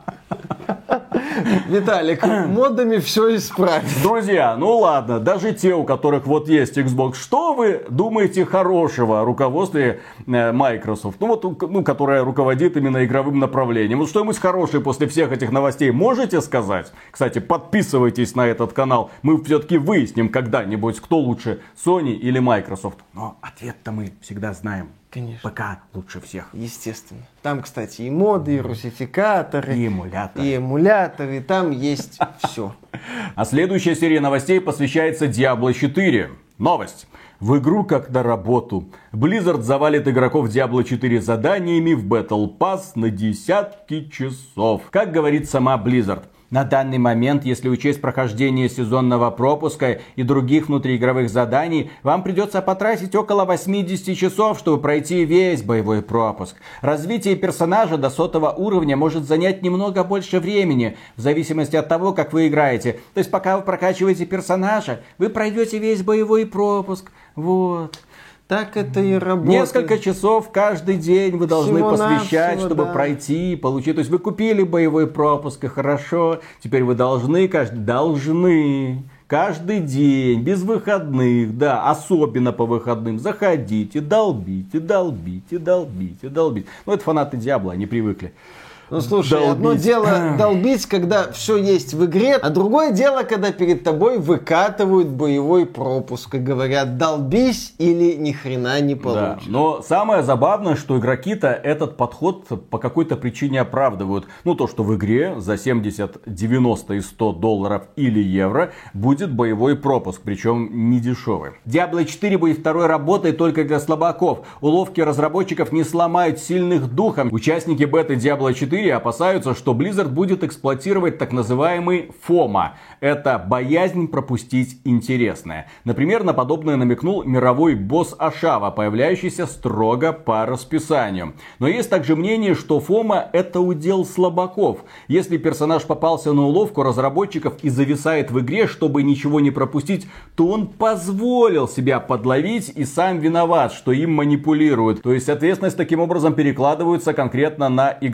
Виталик, модами все исправить. Друзья, ну ладно, даже те, у которых вот есть Xbox, что вы думаете хорошего о руководстве Microsoft? Ну вот, ну, которая руководит именно игровым направлением. Вот что-нибудь хорошее после всех этих новостей можете сказать? Кстати, подписывайтесь на этот канал. Мы все-таки выясним когда-нибудь, кто лучше, Sony или Microsoft. Но ответ-то мы всегда знаем. Конечно. ПК лучше всех. Естественно. Там, кстати, и моды, и русификаторы. И эмуляторы. И эмуляторы. Там есть все. А следующая серия новостей посвящается Diablo четыре. Новость. В игру как на работу. Blizzard завалит игроков Diablo четыре заданиями в Battle Pass на десятки часов. Как говорит сама Blizzard. На данный момент, если учесть прохождение сезонного пропуска и других внутриигровых заданий, вам придется потратить около восемьдесят часов, чтобы пройти весь боевой пропуск. Развитие персонажа до сотого уровня может занять немного больше времени, в зависимости от того, как вы играете. То есть, пока вы прокачиваете персонажа, вы пройдете весь боевой пропуск. Вот. Так это и работает. Несколько часов каждый день вы должны Всего посвящать, навсего, чтобы да. пройти, получить. То есть вы купили боевой пропуск, и хорошо. Теперь вы должны, каждый, должны каждый день, без выходных, да, особенно по выходным, заходите, долбите, долбите, долбите, долбите. Ну, это фанаты Диабло, они привыкли. Ну слушай, долбить. Одно дело долбить, когда все есть в игре, а другое дело, когда перед тобой выкатывают боевой пропуск и говорят: долбись или ни хрена не получится. Да, но самое забавное, что игроки-то этот подход по какой-то причине оправдывают. Ну то, что в игре за семьдесят, девяносто и сто долларов или евро будет боевой пропуск, причем не дешевый. Diablo четыре будет второй работой только для слабаков. Уловки разработчиков не сломают сильных духом. Участники беты Diablo четыре опасаются, что Blizzard будет эксплуатировать так называемый фома. Это боязнь пропустить интересное. Например, на подобное намекнул мировой босс Ашава, появляющийся строго по расписанию. Но есть также мнение, что фома — это удел слабаков. Если персонаж попался на уловку разработчиков и зависает в игре, чтобы ничего не пропустить, то он позволил себя подловить и сам виноват, что им манипулируют. То есть ответственность таким образом перекладывается конкретно на игрока.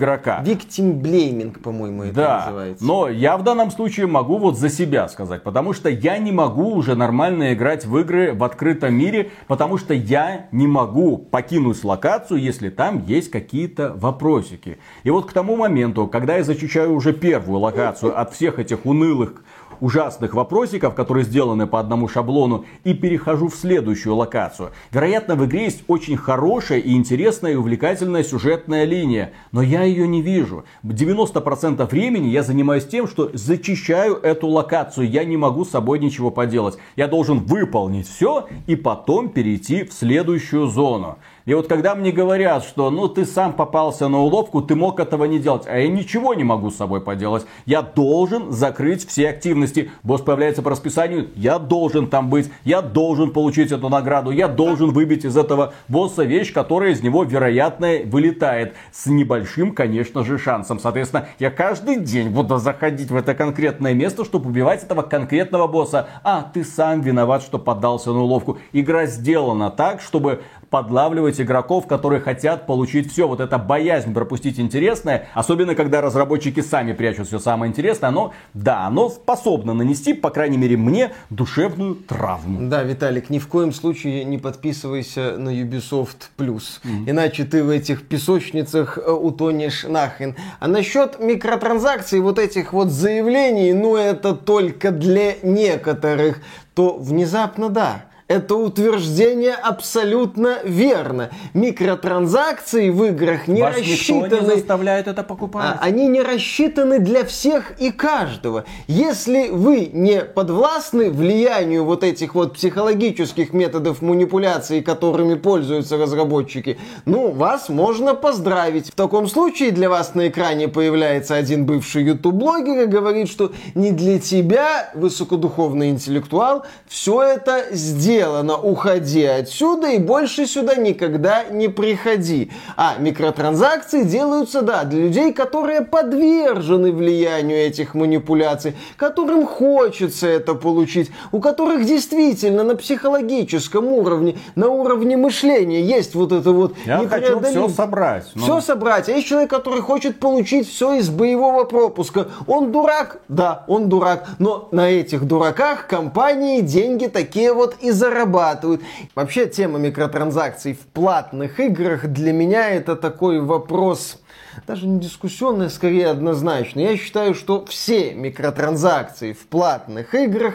Victim blaming, по-моему, это да, называется. Но я в данном случае могу вот за себя сказать, потому что я не могу уже нормально играть в игры в открытом мире, потому что я не могу покинуть локацию, если там есть какие-то вопросики. И вот к тому моменту, когда я зачищаю уже первую локацию от всех этих унылых, ужасных вопросиков, которые сделаны по одному шаблону, и перехожу в следующую локацию. Вероятно, в игре есть очень хорошая и интересная и увлекательная сюжетная линия, но я ее не вижу. девяносто процентов времени я занимаюсь тем, что зачищаю эту локацию. Я не могу с собой ничего поделать. Я должен выполнить все и потом перейти в следующую зону. И вот когда мне говорят, что ну ты сам попался на уловку, ты мог этого не делать, а я ничего не могу с собой поделать. Я должен закрыть все активности. Босс появляется по расписанию, я должен там быть, я должен получить эту награду, я должен выбить из этого босса вещь, которая из него, вероятно, вылетает. С небольшим, конечно же, шансом. Соответственно, я каждый день буду заходить в это конкретное место, чтобы убивать этого конкретного босса. А, ты сам виноват, что поддался на уловку. Игра сделана так, чтобы подлавливать игроков, которые хотят получить все. Вот эта боязнь пропустить интересное, особенно когда разработчики сами прячут все самое интересное, оно, да, оно способно нанести, по крайней мере мне, душевную травму. Да, Виталик, ни в коем случае не подписывайся на Ubisoft Plus, mm-hmm. иначе ты в этих песочницах утонешь нахрен. А насчет микротранзакций, вот этих вот заявлений, ну это только для некоторых, то внезапно да. Это утверждение абсолютно верно. Микротранзакции в играх не Вас рассчитаны... никто не заставляет это покупать. Они не рассчитаны для всех и каждого. Если вы не подвластны влиянию вот этих вот психологических методов манипуляции, которыми пользуются разработчики, ну, вас можно поздравить. В таком случае для вас на экране появляется один бывший ютуб-блогер и говорит, что не для тебя, высокодуховный интеллектуал, все это сделано. Уходи отсюда и больше сюда никогда не приходи. А микротранзакции делаются, да, для людей, которые подвержены влиянию этих манипуляций, которым хочется это получить, у которых действительно на психологическом уровне, на уровне мышления есть вот это вот... Я хочу все собрать. Но... Все собрать. А есть человек, который хочет получить все из боевого пропуска. Он дурак? Да, он дурак. Но на этих дураках компании деньги такие вот и зарабатывают. зарабатывают. Вообще, тема микротранзакций в платных играх для меня это такой вопрос, даже не дискуссионный, а скорее однозначный. Я считаю, что все микротранзакции в платных играх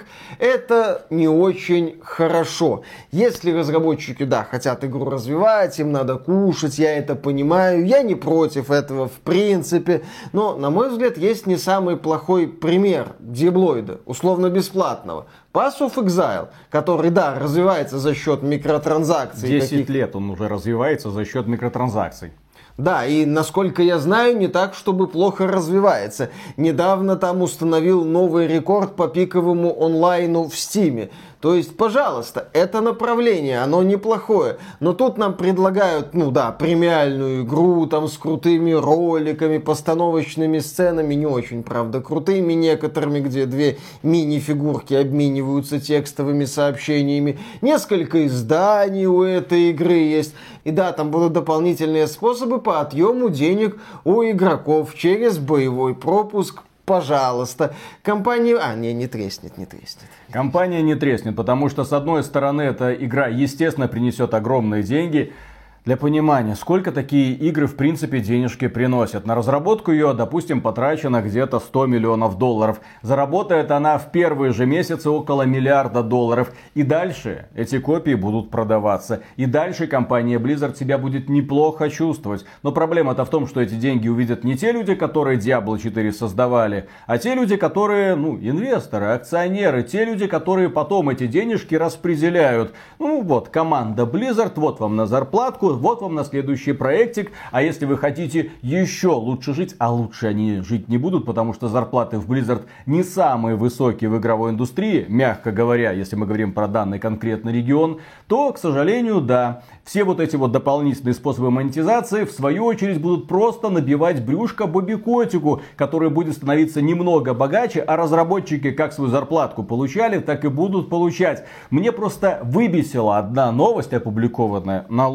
это не очень хорошо. Если разработчики, да, хотят игру развивать, им надо кушать, я это понимаю, я не против этого в принципе, но, на мой взгляд, есть не самый плохой пример Диаблоида, условно бесплатного. Pass of Exile, который, да, развивается за счет микротранзакций. десять лет он уже развивается за счет микротранзакций. Да, и насколько я знаю, не так, чтобы плохо развивается. Недавно там установил новый рекорд по пиковому онлайну в Стиме. То есть, пожалуйста, это направление, оно неплохое. Но тут нам предлагают, ну да, премиальную игру, там, с крутыми роликами, постановочными сценами, не очень, правда, крутыми некоторыми, где две мини-фигурки обмениваются текстовыми сообщениями. Несколько изданий у этой игры есть. И да, там будут дополнительные способы по отъему денег у игроков через боевой пропуск. Пожалуйста. Компания... А, не, не треснет, не треснет. Компания не треснет, потому что, с одной стороны, эта игра, естественно, принесет огромные деньги. Для понимания, сколько такие игры, в принципе, денежки приносят. На разработку ее, допустим, потрачено где-то сто миллионов долларов. Заработает она в первые же месяцы около миллиарда долларов. И дальше эти копии будут продаваться. И дальше компания Blizzard себя будет неплохо чувствовать. Но проблема-то в том, что эти деньги увидят не те люди, которые Diablo четыре создавали, а те люди, которые, ну, инвесторы, акционеры. Те люди, которые потом эти денежки распределяют. Ну вот, команда Blizzard, вот вам на зарплатку. Вот вам на следующий проектик. А если вы хотите еще лучше жить, а лучше они жить не будут, потому что зарплаты в Blizzard не самые высокие в игровой индустрии, мягко говоря, если мы говорим про данный конкретный регион, то, к сожалению, да, все вот эти вот дополнительные способы монетизации, в свою очередь, будут просто набивать брюшко Бобби Котику, который будет становиться немного богаче, а разработчики как свою зарплатку получали, так и будут получать. Мне просто выбесила одна новость, опубликованная на лучшем игровом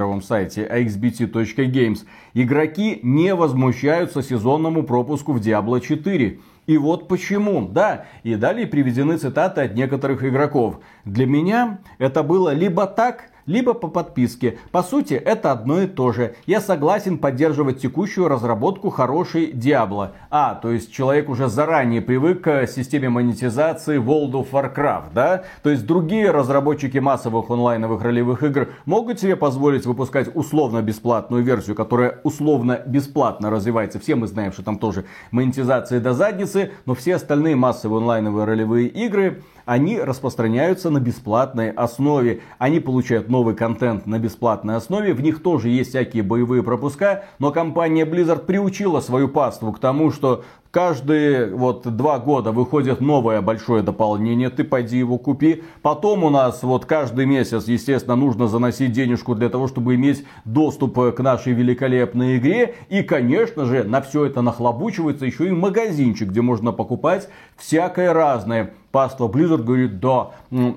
игровом сайте икс би ти точка геймс, игроки не возмущаются сезонному пропуску в Diablo четыре. И вот почему. Да, и далее приведены цитаты от некоторых игроков. Для меня это было либо так, либо по подписке. По сути, это одно и то же. Я согласен поддерживать текущую разработку хорошей Diablo. А, то есть человек уже заранее привык к системе монетизации World of Warcraft, да? То есть другие разработчики массовых онлайновых ролевых игр могут себе позволить выпускать условно-бесплатную версию, которая условно-бесплатно развивается. Все мы знаем, что там тоже монетизация до задницы, но все остальные массовые онлайновые ролевые игры, они распространяются на бесплатной основе. Они получают новый контент на бесплатной основе. В них тоже есть всякие боевые пропуска. Но компания Blizzard приучила свою паству к тому, что каждые вот два года выходит новое большое дополнение. Ты пойди его купи. Потом у нас вот каждый месяц, естественно, нужно заносить денежку для того, чтобы иметь доступ к нашей великолепной игре. И, конечно же, на все это нахлобучивается еще и магазинчик, где можно покупать всякое разное. Паства Blizzard говорит: да,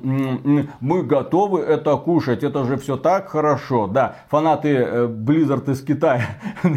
мы готовы это кушать, это же все так хорошо. Да, фанаты Blizzard из Китая,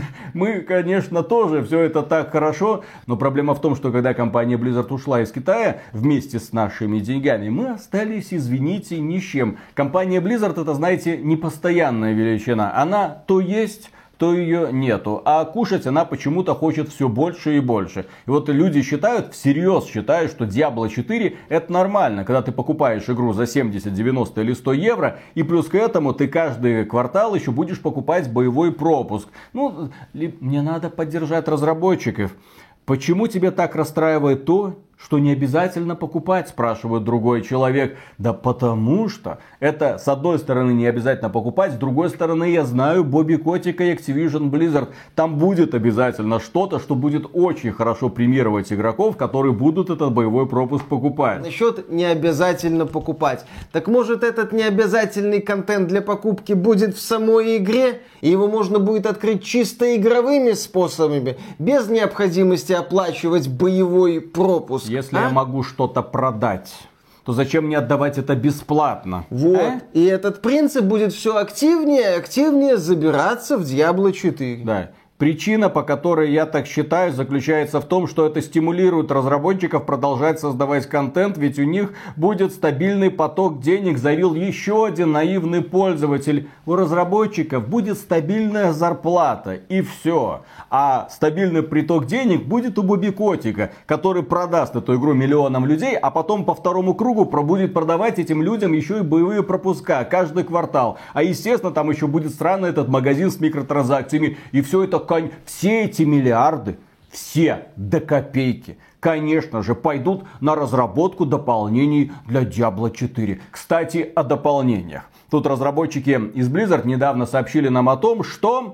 мы, конечно, тоже все это так хорошо. Но проблема в том, что когда компания Blizzard ушла из Китая вместе с нашими деньгами, мы остались, извините, ни с чем. Компания Blizzard, это, знаете, непостоянная величина. Она то есть, то ее нету. А кушать она почему-то хочет все больше и больше. И вот люди считают, всерьез считают, что Diablo четыре это нормально. Когда ты покупаешь игру за семьдесят, девяносто или сто евро, и плюс к этому ты каждый квартал еще будешь покупать боевой пропуск. Ну, мне надо поддержать разработчиков. Почему тебя так расстраивает то, что не обязательно покупать, спрашивает другой человек. Да потому что это, с одной стороны, не обязательно покупать, с другой стороны, я знаю Бобби Котика и Activision Blizzard. Там будет обязательно что-то, что будет очень хорошо премировать игроков, которые будут этот боевой пропуск покупать. Насчет не обязательно покупать. Так может, этот необязательный контент для покупки будет в самой игре, и его можно будет открыть чисто игровыми способами, без необходимости оплачивать боевой пропуск. Если а? я могу что-то продать, то зачем мне отдавать это бесплатно? Вот. А? И этот принцип будет все активнее и активнее забираться в Diablo четыре. Да. Причина, по которой я так считаю, заключается в том, что это стимулирует разработчиков продолжать создавать контент, ведь у них будет стабильный поток денег, заявил еще один наивный пользователь. У разработчиков будет стабильная зарплата, и все. А стабильный приток денег будет у Бобби Котика, который продаст эту игру миллионам людей, а потом по второму кругу будет продавать этим людям еще и боевые пропуска каждый квартал. А естественно, там еще будет странный этот магазин с микротранзакциями, и все это, все эти миллиарды, все до копейки, конечно же, пойдут на разработку дополнений для Diablo четыре. Кстати, о дополнениях. Тут разработчики из Blizzard недавно сообщили нам о том, что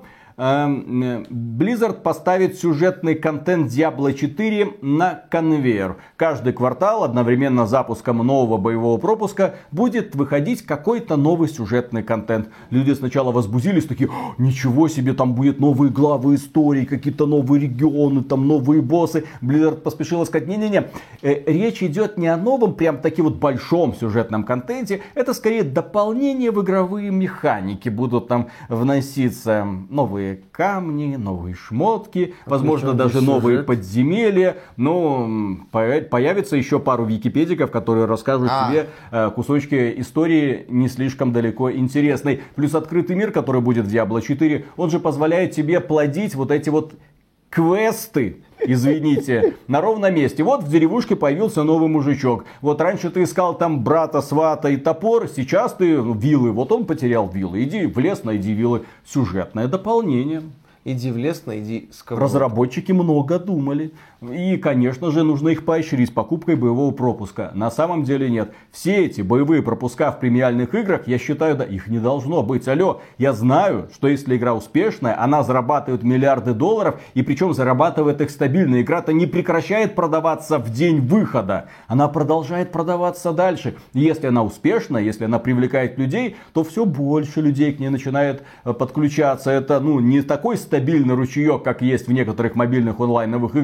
Blizzard поставит сюжетный контент Diablo четыре на конвейер. Каждый квартал одновременно с запуском нового боевого пропуска будет выходить какой-то новый сюжетный контент. Люди сначала возбудились, такие: ничего себе, там будет новые главы истории, какие-то новые регионы, там новые боссы. Blizzard поспешила сказать: не-не-не, речь идет не о новом, прям таки вот большом сюжетном контенте. Это скорее дополнение в игровые механики. Будут там вноситься новые камни, новые шмотки, а возможно даже новые сюжет? Подземелья. Но появится еще пару википедиков, которые расскажут а. тебе кусочки истории не слишком далеко интересной. Плюс открытый мир, который будет в Diablo четыре, он же позволяет тебе плодить вот эти вот квесты, извините, на ровном месте. Вот в деревушке появился новый мужичок. Вот раньше ты искал там брата, свата и топор, сейчас ты вилы. Вот он потерял вилы. Иди в лес, найди вилы. Сюжетное дополнение. Иди в лес, найди сковородку. Разработчики много думали. И, конечно же, нужно их поощрить покупкой боевого пропуска. На самом деле нет. Все эти боевые пропуска в премиальных играх, я считаю, да, их не должно быть. Алло, я знаю, что если игра успешная, она зарабатывает миллиарды долларов, и причем зарабатывает их стабильно. Игра-то не прекращает продаваться в день выхода. Она продолжает продаваться дальше. И если она успешная, если она привлекает людей, то все больше людей к ней начинает подключаться. Это, ну, не такой стабильный ручеек, как есть в некоторых мобильных онлайновых играх, но все-таки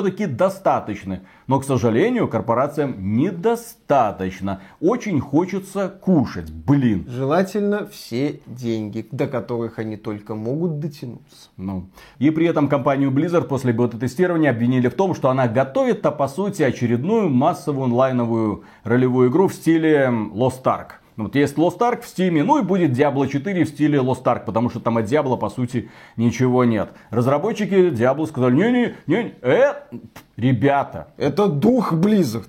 все-таки достаточны. Но, к сожалению, корпорациям недостаточно. Очень хочется кушать, блин. Желательно все деньги, до которых они только могут дотянуться. Ну. И при этом компанию Blizzard после бета-тестирования обвинили в том, что она готовит-то по сути очередную массовую онлайновую ролевую игру в стиле Lost Ark. Вот есть Lost Ark в Steam, ну и будет Diablo четыре в стиле Lost Ark, потому что там от Diablo по сути ничего нет. Разработчики Diablo сказали, не-не-не, э, ребята. Это дух Blizzard.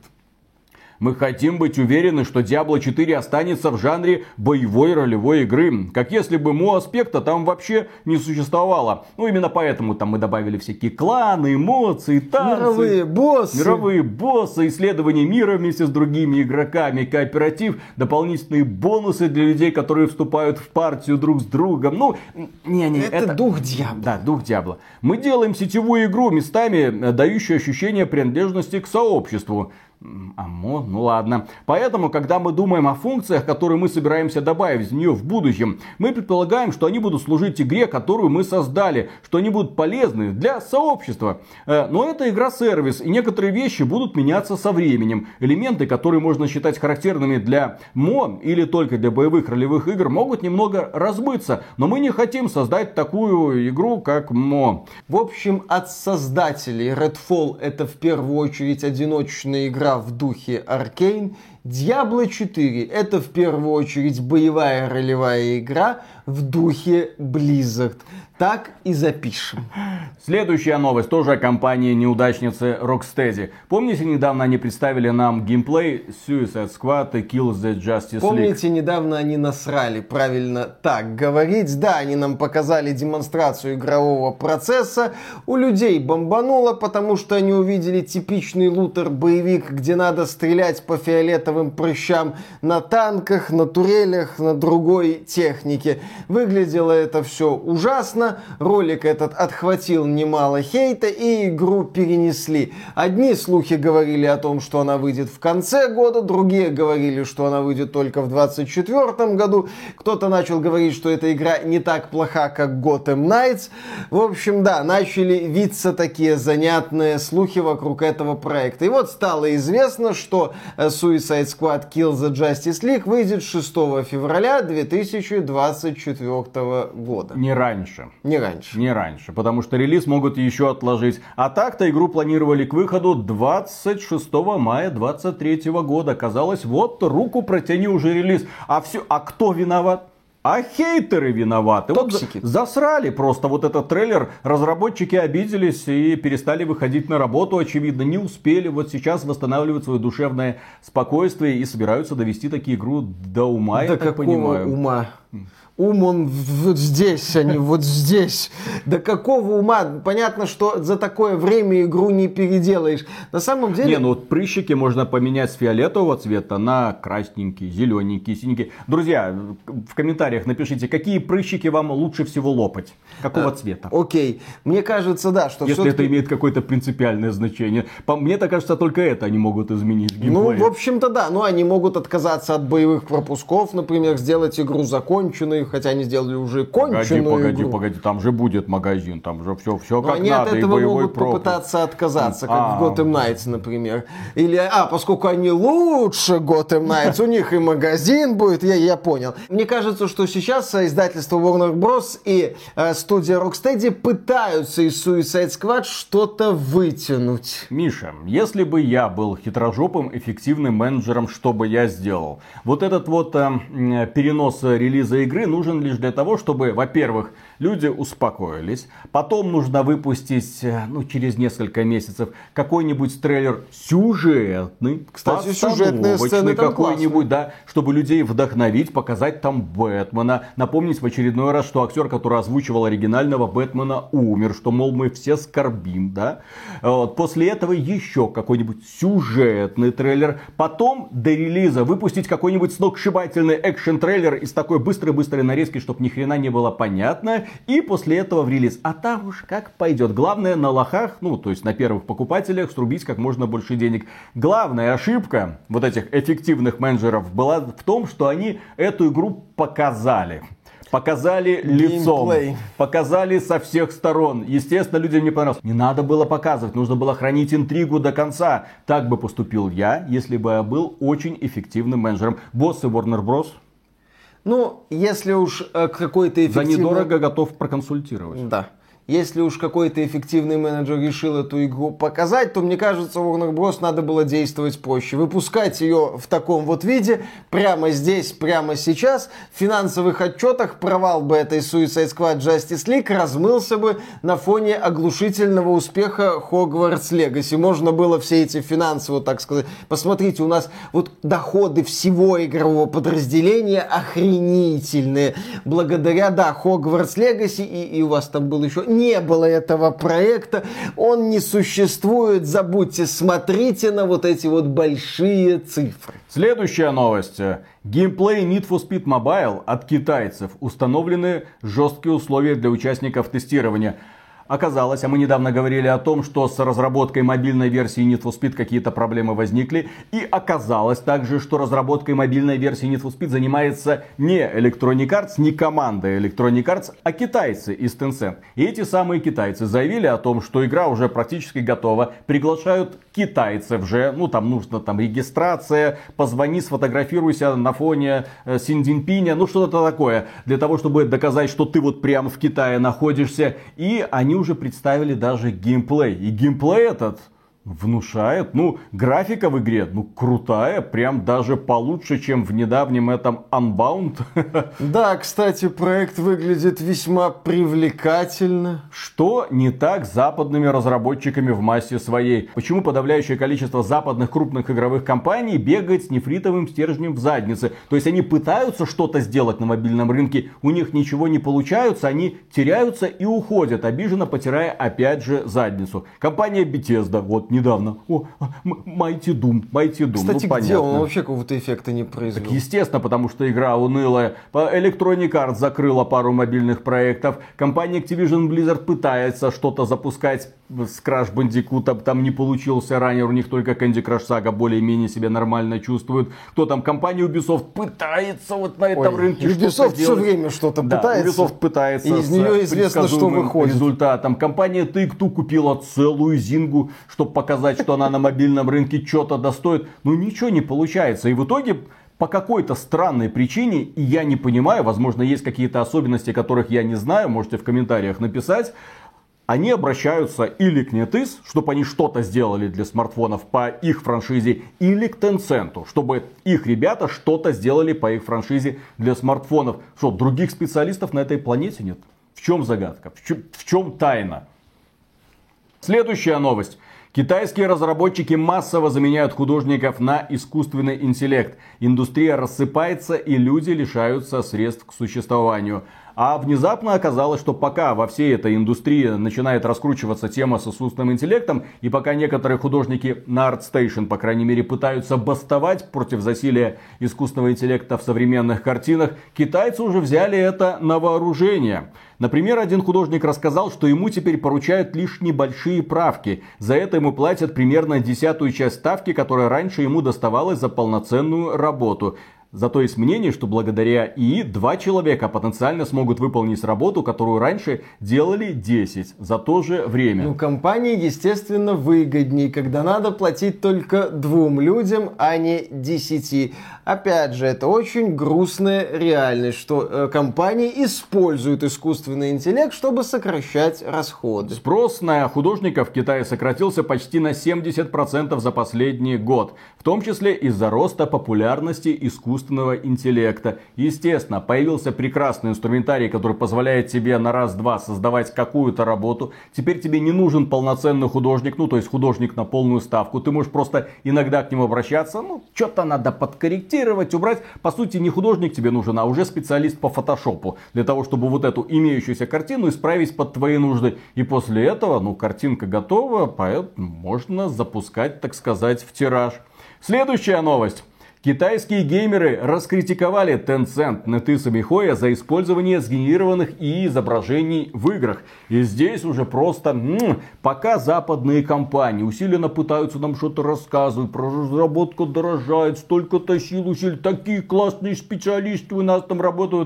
Мы хотим быть уверены, что Diablo четыре останется в жанре боевой ролевой игры. Как если бы мо-аспекта там вообще не существовало. Ну, именно поэтому там мы добавили всякие кланы, эмоции, танцы. Мировые боссы. Мировые боссы, исследование мира вместе с другими игроками, кооператив, дополнительные бонусы для людей, которые вступают в партию друг с другом. Ну, не-не, это, это дух Diablo. Да, дух Diablo. Мы делаем сетевую игру, местами дающую ощущение принадлежности к сообществу. Амо, ну ладно. Поэтому, когда мы думаем о функциях, которые мы собираемся добавить в нее в будущем, мы предполагаем, что они будут служить игре, которую мы создали, что они будут полезны для сообщества. Но это игра-сервис, и некоторые вещи будут меняться со временем. Элементы, которые можно считать характерными для мо или только для боевых ролевых игр, могут немного разбыться. Но мы не хотим создать такую игру, как мо. В общем, от создателей Redfall это в первую очередь одиночная игра в духе Arcane. Diablo четыре это в первую очередь боевая ролевая игра в духе Blizzard. Так и запишем. Следующая новость тоже о компании-неудачнице Rocksteady. Помните, недавно они представили нам геймплей Suicide Squad и Kill the Justice League? Помните, недавно они насрали, правильно так говорить. Да, они нам показали демонстрацию игрового процесса. У людей бомбануло, потому что они увидели типичный лутер-боевик, где надо стрелять по фиолетовым прыщам на танках, на турелях, на другой технике. Выглядело это все ужасно. Ролик этот отхватил немало хейта, и игру перенесли. Одни слухи говорили о том, что она выйдет в конце года, другие говорили, что она выйдет только в двадцать четвёртом году. Кто-то начал говорить, что эта игра не так плоха, как Gotham Knights. В общем, да, начали виться такие занятные слухи вокруг этого проекта. И вот стало известно, что Suicide Squad Kill the Justice League выйдет шестого февраля две тысячи двадцать четвёртого года. Не раньше. Не раньше. Не раньше, потому что релиз могут еще отложить. А так-то игру планировали к выходу двадцать шестого мая двадцать третьего года. Казалось, вот руку протяни уже релиз. А все, а кто виноват? А хейтеры виноваты. Токсики. Вот засрали просто вот этот трейлер. Разработчики обиделись и перестали выходить на работу. Очевидно, не успели. Вот сейчас восстанавливают свое душевное спокойствие и собираются довести таки игру до ума. До какого понимаю. ума? Ум он вот здесь, а не вот здесь. До какого ума? Понятно, что за такое время игру не переделаешь. На самом деле... Не, ну вот прыщики можно поменять с фиолетового цвета на красненький, зелененький, синенький. Друзья, в комментариях напишите, какие прыщики вам лучше всего лопать. Какого а, цвета? Окей. Мне кажется, да, что если это имеет какое-то принципиальное значение. По мне-то кажется, только это они могут изменить в геймплее. Ну, в общем-то, да. Ну, они могут отказаться от боевых пропусков, например, сделать игру законченной, хотя они сделали уже конченую Погоди, погоди, игру. погоди, там же будет магазин, там же все, все как они надо, от и этого боевой могут пропуск. попытаться отказаться, как А. в Gotham Knights, например. Или, а, поскольку они лучше Gotham Knights, у них и магазин будет, я, я понял. Мне кажется, что сейчас издательство Warner Bros. И э, студия Rocksteady пытаются из Suicide Squad что-то вытянуть. Миша, если бы я был хитрожопым, эффективным менеджером, что бы я сделал? Вот этот вот э, перенос релиза игры нужен лишь для того, чтобы, во-первых, люди успокоились. Потом нужно выпустить, ну, через несколько месяцев какой-нибудь трейлер сюжетный. Кстати, сюжетные сцены там какой-нибудь, да, чтобы людей вдохновить, показать там Бэтмена. Напомнить в очередной раз, что актер, который озвучивал оригинального Бэтмена, умер. Что, мол, мы все скорбим, да. Вот. После этого еще какой-нибудь сюжетный трейлер. Потом до релиза выпустить какой-нибудь сногсшибательный экшен-трейлер из такой быстрой-быстрой нарезки, чтобы ни хрена не было понятно. И после этого в релиз. А там уж как пойдет. Главное на лохах, ну то есть на первых покупателях, срубить как можно больше денег. Главная ошибка вот этих эффективных менеджеров была в том, что они эту игру показали. Показали лицом, показали со всех сторон. Естественно, людям не понравилось. Не надо было показывать, нужно было хранить интригу до конца. Так бы поступил я, если бы я был очень эффективным менеджером. Боссы Warner Bros. Ну, если уж э, какой-то эффективный... За недорого готов проконсультировать. Да. Если уж какой-то эффективный менеджер решил эту игру показать, то, мне кажется, Warner Bros. Надо было действовать проще. Выпускать ее в таком вот виде, прямо здесь, прямо сейчас. В финансовых отчетах провал бы этой Suicide Squad Justice League размылся бы на фоне оглушительного успеха Hogwarts Legacy. Можно было все эти финансы, вот так сказать. Посмотрите, у нас вот доходы всего игрового подразделения охренительные. Благодаря, да, Hogwarts Legacy, и, и у вас там был еще... Не было этого проекта, он не существует, забудьте, смотрите на вот эти вот большие цифры. Следующая новость. Геймплей Need for Speed Mobile от китайцев. Установлены жесткие условия для участников тестирования. Оказалось, а мы недавно говорили о том, что с разработкой мобильной версии Need for Speed какие-то проблемы возникли. И оказалось также, что разработкой мобильной версии Need for Speed занимается не Electronic Arts, не команда Electronic Arts, а китайцы из Tencent. И эти самые китайцы заявили о том, что игра уже практически готова. Приглашают китайцев же, ну там нужно там регистрация, позвони, сфотографируйся на фоне э, Си Цзиньпиня, ну что-то такое. Для того, чтобы доказать, что ты вот прямо в Китае находишься. И они уже представили даже геймплей. И геймплей этот внушает, ну, графика в игре, ну, крутая, прям даже получше, чем в недавнем этом Unbound. Да, кстати, проект выглядит весьма привлекательно. Что не так с западными разработчиками в массе своей? Почему подавляющее количество западных крупных игровых компаний бегает с нефритовым стержнем в заднице? То есть они пытаются что-то сделать на мобильном рынке, у них ничего не получается, они теряются и уходят, обиженно потирая опять же задницу. Компания Bethesda, вот, недавно. О, Mighty Doom, Mighty Doom. Кстати, ну, где он вообще какого-то эффекта не произвел? Так, естественно, потому что игра унылая. Electronic Arts закрыла пару мобильных проектов. Компания Activision Blizzard пытается что-то запускать с Crash Bandicoot. Там не получился ранее. У них только Candy Crush Saga более-менее себя нормально чувствует. Кто там? Компания Ubisoft пытается вот на этом Ой, рынке Ubisoft что-то все делать. время что-то Да, пытается. Ubisoft пытается. И из нее известно, что выходит. Результатом. Компания Take-Two купила целую зингу, чтобы показать, что она на мобильном рынке что-то достоит. Но ничего не получается. И в итоге, по какой-то странной причине, и я не понимаю, возможно, есть какие-то особенности, которых я не знаю, можете в комментариях написать, они обращаются или к NetEase, чтобы они что-то сделали для смартфонов по их франшизе, или к Tencent, чтобы их ребята что-то сделали по их франшизе для смартфонов. Что, других специалистов на этой планете нет? В чем загадка? В чем, в чем тайна? Следующая новость. Китайские разработчики массово заменяют художников на искусственный интеллект. Индустрия рассыпается, и люди лишаются средств к существованию. А внезапно оказалось, что пока во всей этой индустрии начинает раскручиваться тема с искусственным интеллектом, и пока некоторые художники на ArtStation, по крайней мере, пытаются бастовать против засилия искусственного интеллекта в современных картинах, китайцы уже взяли это на вооружение. Например, один художник рассказал, что ему теперь поручают лишь небольшие правки. За это ему платят примерно десятую часть ставки, которая раньше ему доставалась за полноценную работу. Зато есть мнение, что благодаря ИИ два человека потенциально смогут выполнить работу, которую раньше делали десять за то же время. Ну, компании, естественно, выгоднее, когда надо платить только двум людям, а не десяти. Опять же, это очень грустная реальность, что э, компании используют искусственный интеллект, чтобы сокращать расходы. Спрос на художников в Китае сократился почти на семьдесят процентов за последний год. В том числе из-за роста популярности искусственного интеллекта. Естественно, появился прекрасный инструментарий, который позволяет тебе на раз-два создавать какую-то работу. Теперь тебе не нужен полноценный художник, ну то есть художник на полную ставку. Ты можешь просто иногда к нему обращаться, ну что-то надо подкорректировать, убрать. По сути, не художник тебе нужен, а уже специалист по фотошопу. Для того, чтобы вот эту имеющуюся картину исправить под твои нужды. И после этого, ну картинка готова, поэтому можно запускать, так сказать, в тираж. Следующая новость. Китайские геймеры раскритиковали Tencent, NetEase и Mihoya за использование сгенерированных ИИ изображений в играх. И здесь уже просто, м-м, пока западные компании усиленно пытаются нам что-то рассказывать, про разработку дорожает, столько-то сил, усилий, такие классные специалисты у нас там работают.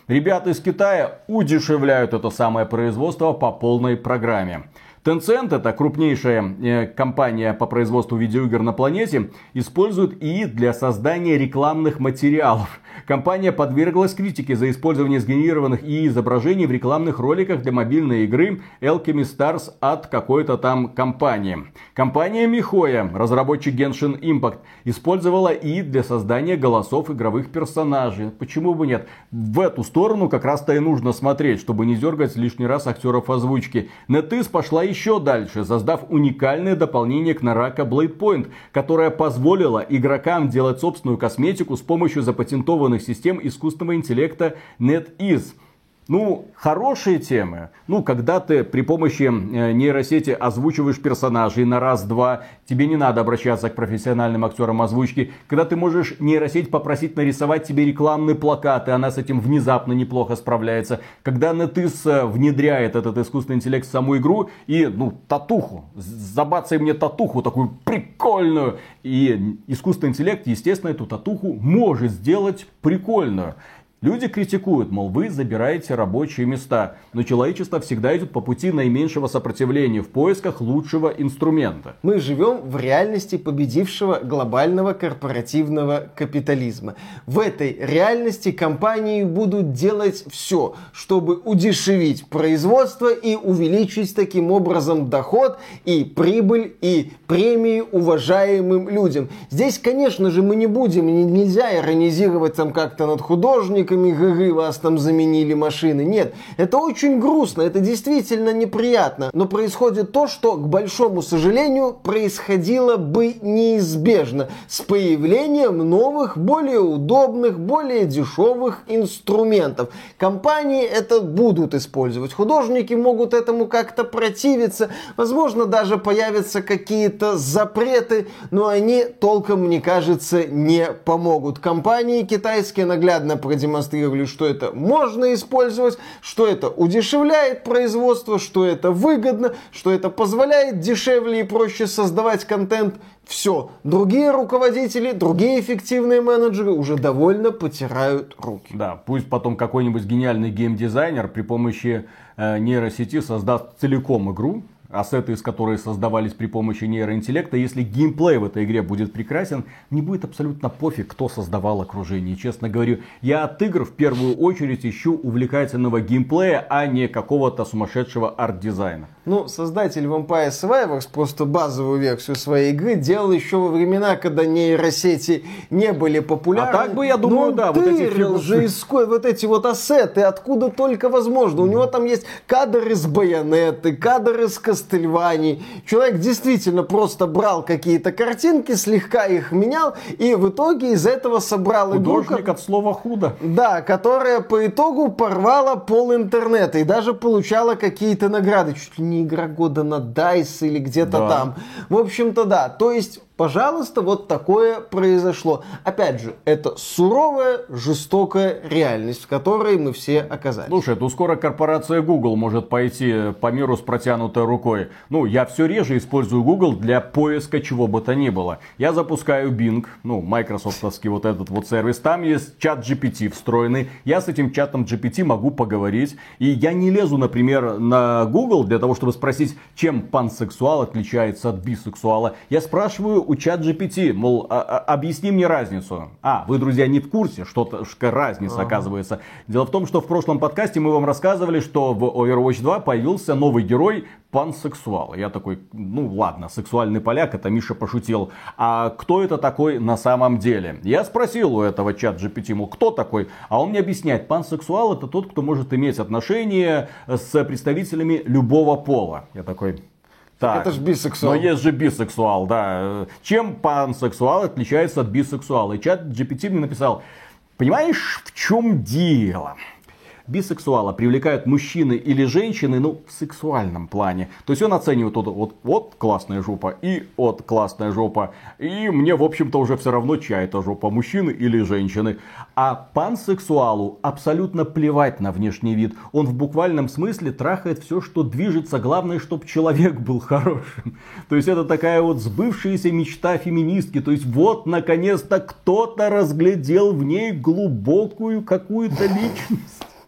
Ребята из Китая удешевляют это самое производство по полной программе. Tencent, это крупнейшая э, компания по производству видеоигр на планете, использует ИИ для создания рекламных материалов. Компания подверглась критике за использование сгенерированных ИИ изображений в рекламных роликах для мобильной игры Alchemy Stars от какой-то там компании. Компания MiHoYo, разработчик Genshin Impact, использовала ИИ для создания голосов игровых персонажей. Почему бы нет? В эту сторону как раз-то и нужно смотреть, чтобы не дергать лишний раз актеров озвучки. NetEase пошла еще дальше, создав уникальное дополнение к Naraka Blade Point, которое позволило игрокам делать собственную косметику с помощью запатентованных систем искусственного интеллекта NetEase. Ну, хорошие темы. Ну, когда ты при помощи нейросети озвучиваешь персонажей на раз-два, тебе не надо обращаться к профессиональным актерам озвучки. Когда ты можешь нейросеть попросить нарисовать тебе рекламные плакаты, она с этим внезапно неплохо справляется. Когда NetEase внедряет этот искусственный интеллект в саму игру и, ну, татуху, забацай мне татуху такую прикольную. И искусственный интеллект, естественно, эту татуху может сделать прикольную. Люди критикуют, мол, вы забираете рабочие места, но человечество всегда идет по пути наименьшего сопротивления в поисках лучшего инструмента. Мы живем в реальности победившего глобального корпоративного капитализма. В этой реальности компании будут делать все, чтобы удешевить производство и увеличить таким образом доход и прибыль и премии уважаемым людям. Здесь, конечно же, мы не будем, нельзя иронизировать там как-то над художниками, ГГ, вас там заменили машины. Нет, это очень грустно, это действительно неприятно. Но происходит то, что, к большому сожалению, происходило бы неизбежно с появлением новых, более удобных, более дешевых инструментов. Компании это будут использовать. Художники могут этому как-то противиться. Возможно, даже появятся какие-то запреты, но они толком, мне кажется, не помогут. Компании китайские наглядно продемонстрировали, что это можно использовать, что это удешевляет производство, что это выгодно, что это позволяет дешевле и проще создавать контент. Все. Другие руководители, другие эффективные менеджеры уже довольно потирают руки. Да, пусть потом какой-нибудь гениальный геймдизайнер при помощи э, нейросети создаст целиком игру, ассеты из которой создавались при помощи нейроинтеллекта. Если геймплей в этой игре будет прекрасен, не будет абсолютно пофиг, кто создавал окружение. Честно говорю, я от игр в первую очередь ищу увлекательного геймплея, а не какого-то сумасшедшего арт-дизайна. Ну, создатель Vampire Survivors просто базовую версию своей игры делал еще во времена, когда нейросети не были популярны. А так бы, я думаю, но да, вот эти фигуры... же из... вот эти вот ассеты, откуда только возможно. У него там есть кадр из Байонеты, кадр из Кастельвании. Человек действительно просто брал какие-то картинки, слегка их менял, и в итоге из этого собрал игру. Художник от слова худо. Да, которая по итогу порвала пол интернета и даже получала какие-то награды. Чуть ли не игра года на дайс или где-то да. там. В общем-то, да. То есть, пожалуйста, вот такое произошло. Опять же, это суровая, жестокая реальность, в которой мы все оказались. Слушай, ну скоро корпорация Google может пойти по миру с протянутой рукой. Ну, я все реже использую Google для поиска чего бы то ни было. Я запускаю Bing, ну, майкрософтовский вот этот вот сервис. Там есть чат джи пи ти встроенный. Я с этим чатом джи пи ти могу поговорить. И я не лезу, например, на Google для того, чтобы спросить, чем пансексуал отличается от бисексуала. Я спрашиваю у чат джи пи ти, мол, а, а, объясни мне разницу. А, вы, друзья, не в курсе, что-то разница, ага. оказывается. Дело в том, что в прошлом подкасте мы вам рассказывали, что в Overwatch два появился новый герой пансексуал. Я такой, ну ладно, сексуальный поляк, это Миша пошутил. А кто это такой на самом деле? Я спросил у этого чат джи пи ти, мол, кто такой? А он мне объясняет, пансексуал это тот, кто может иметь отношения с представителями любого пола. Я такой... Так, это же бисексуал. Но есть же бисексуал, да. Чем пансексуал отличается от бисексуала? И чат джи пи ти мне написал, понимаешь, в чем дело? Бисексуала привлекают мужчины или женщины, ну, в сексуальном плане. То есть он оценивает вот, вот, вот классная жопа и вот классная жопа. И мне, в общем-то, уже все равно, чья это жопа, мужчины или женщины. А пансексуалу абсолютно плевать на внешний вид. Он в буквальном смысле трахает все, что движется. Главное, чтобы человек был хорошим. То есть это такая вот сбывшаяся мечта феминистки. То есть вот, наконец-то, кто-то разглядел в ней глубокую какую-то личность.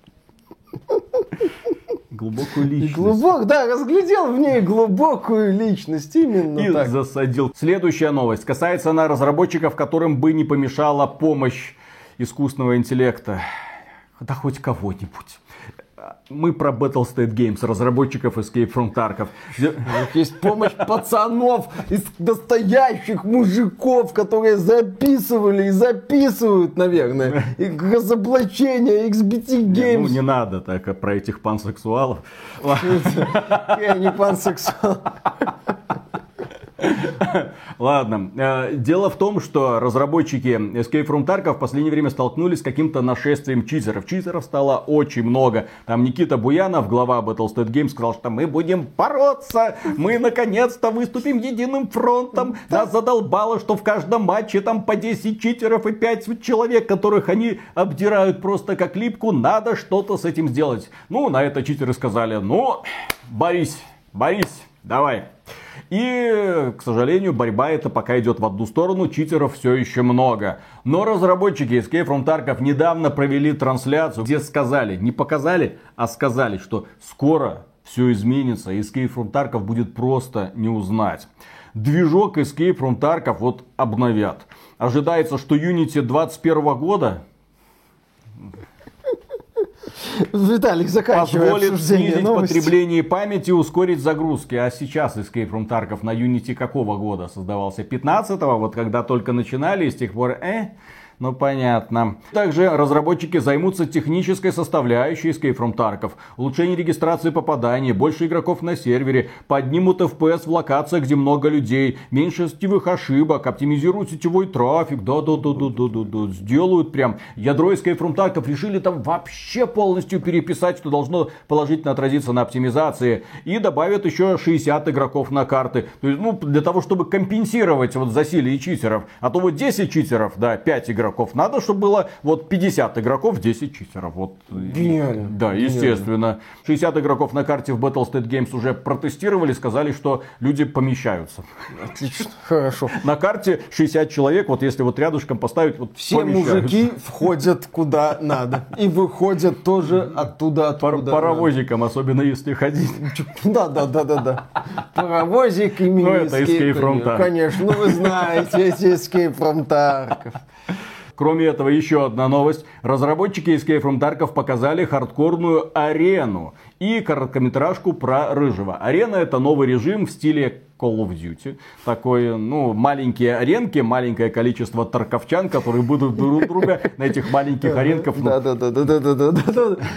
Глубокую личность. Глубок, да, разглядел в ней глубокую личность, именно И так. засадил. Следующая новость. Касается она разработчиков, которым бы не помешала помощь искусственного интеллекта. Да хоть кого-нибудь. Мы про Battlestate Games, разработчиков Escape from Tarkov. Есть помощь пацанов, из настоящих мужиков, которые записывали и записывают, наверное. И разоблачение икс би ти Games. Ну, не надо так а про этих пансексуалов. Я не пансексуал. Ладно. Дело в том, что разработчики Escape from Tarkov в последнее время столкнулись с каким-то нашествием читеров. Читеров стало очень много. Там Никита Буянов, глава Battlestate Games, сказал, что мы будем бороться. Мы наконец-то выступим единым фронтом. Нас задолбало, что в каждом матче там по десять читеров и пять человек, которых они обдирают просто как липку. Надо что-то с этим сделать. Ну, на это читеры сказали, ну, борись, борись, давай. И, к сожалению, борьба эта пока идет в одну сторону, читеров все еще много. Но разработчики Escape from Tarkov недавно провели трансляцию, где сказали, не показали, а сказали, что скоро все изменится, и Escape from Tarkov будет просто не узнать. Движок Escape from Tarkov вот обновят. Ожидается, что Unity двадцать первого года... Виталик, заканчивай позволит снизить новости. потребление памяти и ускорить загрузки. А сейчас Escape from Tarkov на Unity какого года создавался? пятнадцатого, вот когда только начинали, и с тех пор, э, ну понятно. Также разработчики займутся технической составляющей Escape from Tarkov. Улучшение регистрации попаданий, больше игроков на сервере, поднимут эф пи эс в локациях, где много людей, меньше сетевых ошибок, оптимизируют сетевой трафик, да-да-да-да-да-да, сделают прям. Ядро Escape from Tarkov решили там вообще полностью переписать, что должно положительно отразиться на оптимизации. И добавят еще шестьдесят игроков на карты. То есть, ну, для того, чтобы компенсировать вот засилие читеров. А то вот десять читеров, да, пять игроков. Надо, чтобы было вот пятьдесят игроков, десять читеров. Вот. Гениально. Да, естественно. шестьдесят игроков на карте в Battlestate Games уже протестировали, сказали, что люди помещаются. Отлично, хорошо. На карте шестьдесят человек, вот если вот рядышком поставить, вот все мужики входят куда надо. И выходят тоже оттуда, откуда паровозиком, надо. Особенно если ходить. Да, да, да, да, да. Паровозик и Ну, это Escape from Tarkov. Конечно, ну вы знаете, эти Escape from Tarkov. Кроме этого, еще одна новость. Разработчики Escape from Tarkov показали хардкорную арену и короткометражку про Рыжего. Арена — это новый режим в стиле Call of Duty. Такой, ну, маленькие аренки, маленькое количество тарковчан, которые будут друг друга на этих маленьких аренках. Да, да, да, да, да, да, да,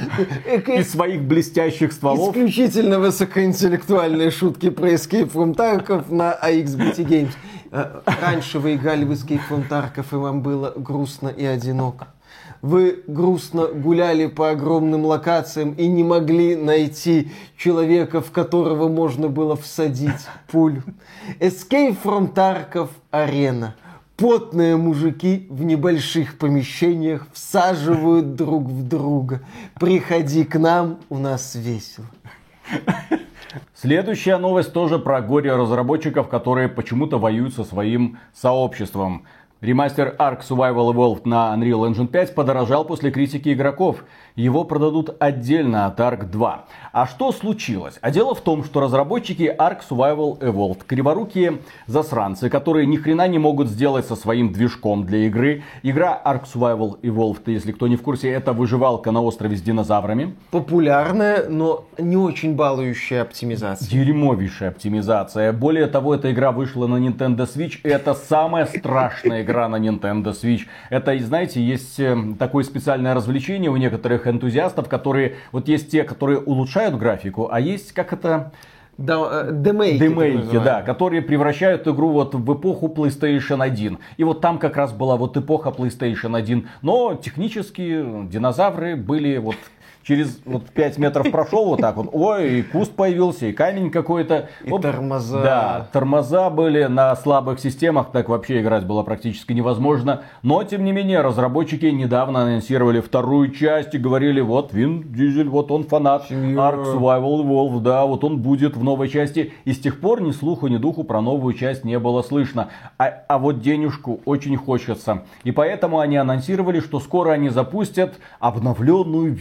да. Из своих блестящих стволов. Исключительно высокоинтеллектуальные шутки про Escape from Tarkov на икс би ти Games. Раньше вы играли в Escape from Tarkov, и вам было грустно и одиноко. Вы грустно гуляли по огромным локациям и не могли найти человека, в которого можно было всадить пулю. Escape from Tarkov арена. Потные мужики в небольших помещениях всаживают друг в друга. Приходи к нам, у нас весело. Следующая новость тоже про горе разработчиков, которые почему-то воюют со своим сообществом. Ремастер Ark Survival Evolved на Unreal Engine пять подорожал после критики игроков. Его продадут отдельно от Ark два. А что случилось? А дело в том, что разработчики Ark Survival Evolved, криворукие засранцы, которые ни хрена не могут сделать со своим движком для игры. Игра Ark Survival Evolved, если кто не в курсе, это выживалка на острове с динозаврами. Популярная, но не очень балующая оптимизация. Дерьмовейшая оптимизация. Более того, эта игра вышла на Nintendo Switch. И это самая страшная игра на Nintendo Switch. Это, знаете, есть такое специальное развлечение у некоторых энтузиастов, которые, вот есть те, которые улучшают графику, а есть, как это... Да, демейки, демейки, да, которые превращают игру вот в эпоху PlayStation один. И вот там как раз была вот эпоха PlayStation один. Но технически динозавры были вот... Через вот пять метров прошел вот так вот, ой, и куст появился, и камень какой-то. И Оп, тормоза. Да, тормоза были на слабых системах, так вообще играть было практически невозможно. Но, тем не менее, разработчики недавно анонсировали вторую часть и говорили, вот Вин Дизель, вот он фанат Ark Survival Evolved, да, вот он будет в новой части. И с тех пор ни слуху, ни духу про новую часть не было слышно. А, а вот денежку очень хочется. И поэтому они анонсировали, что скоро они запустят обновленную версию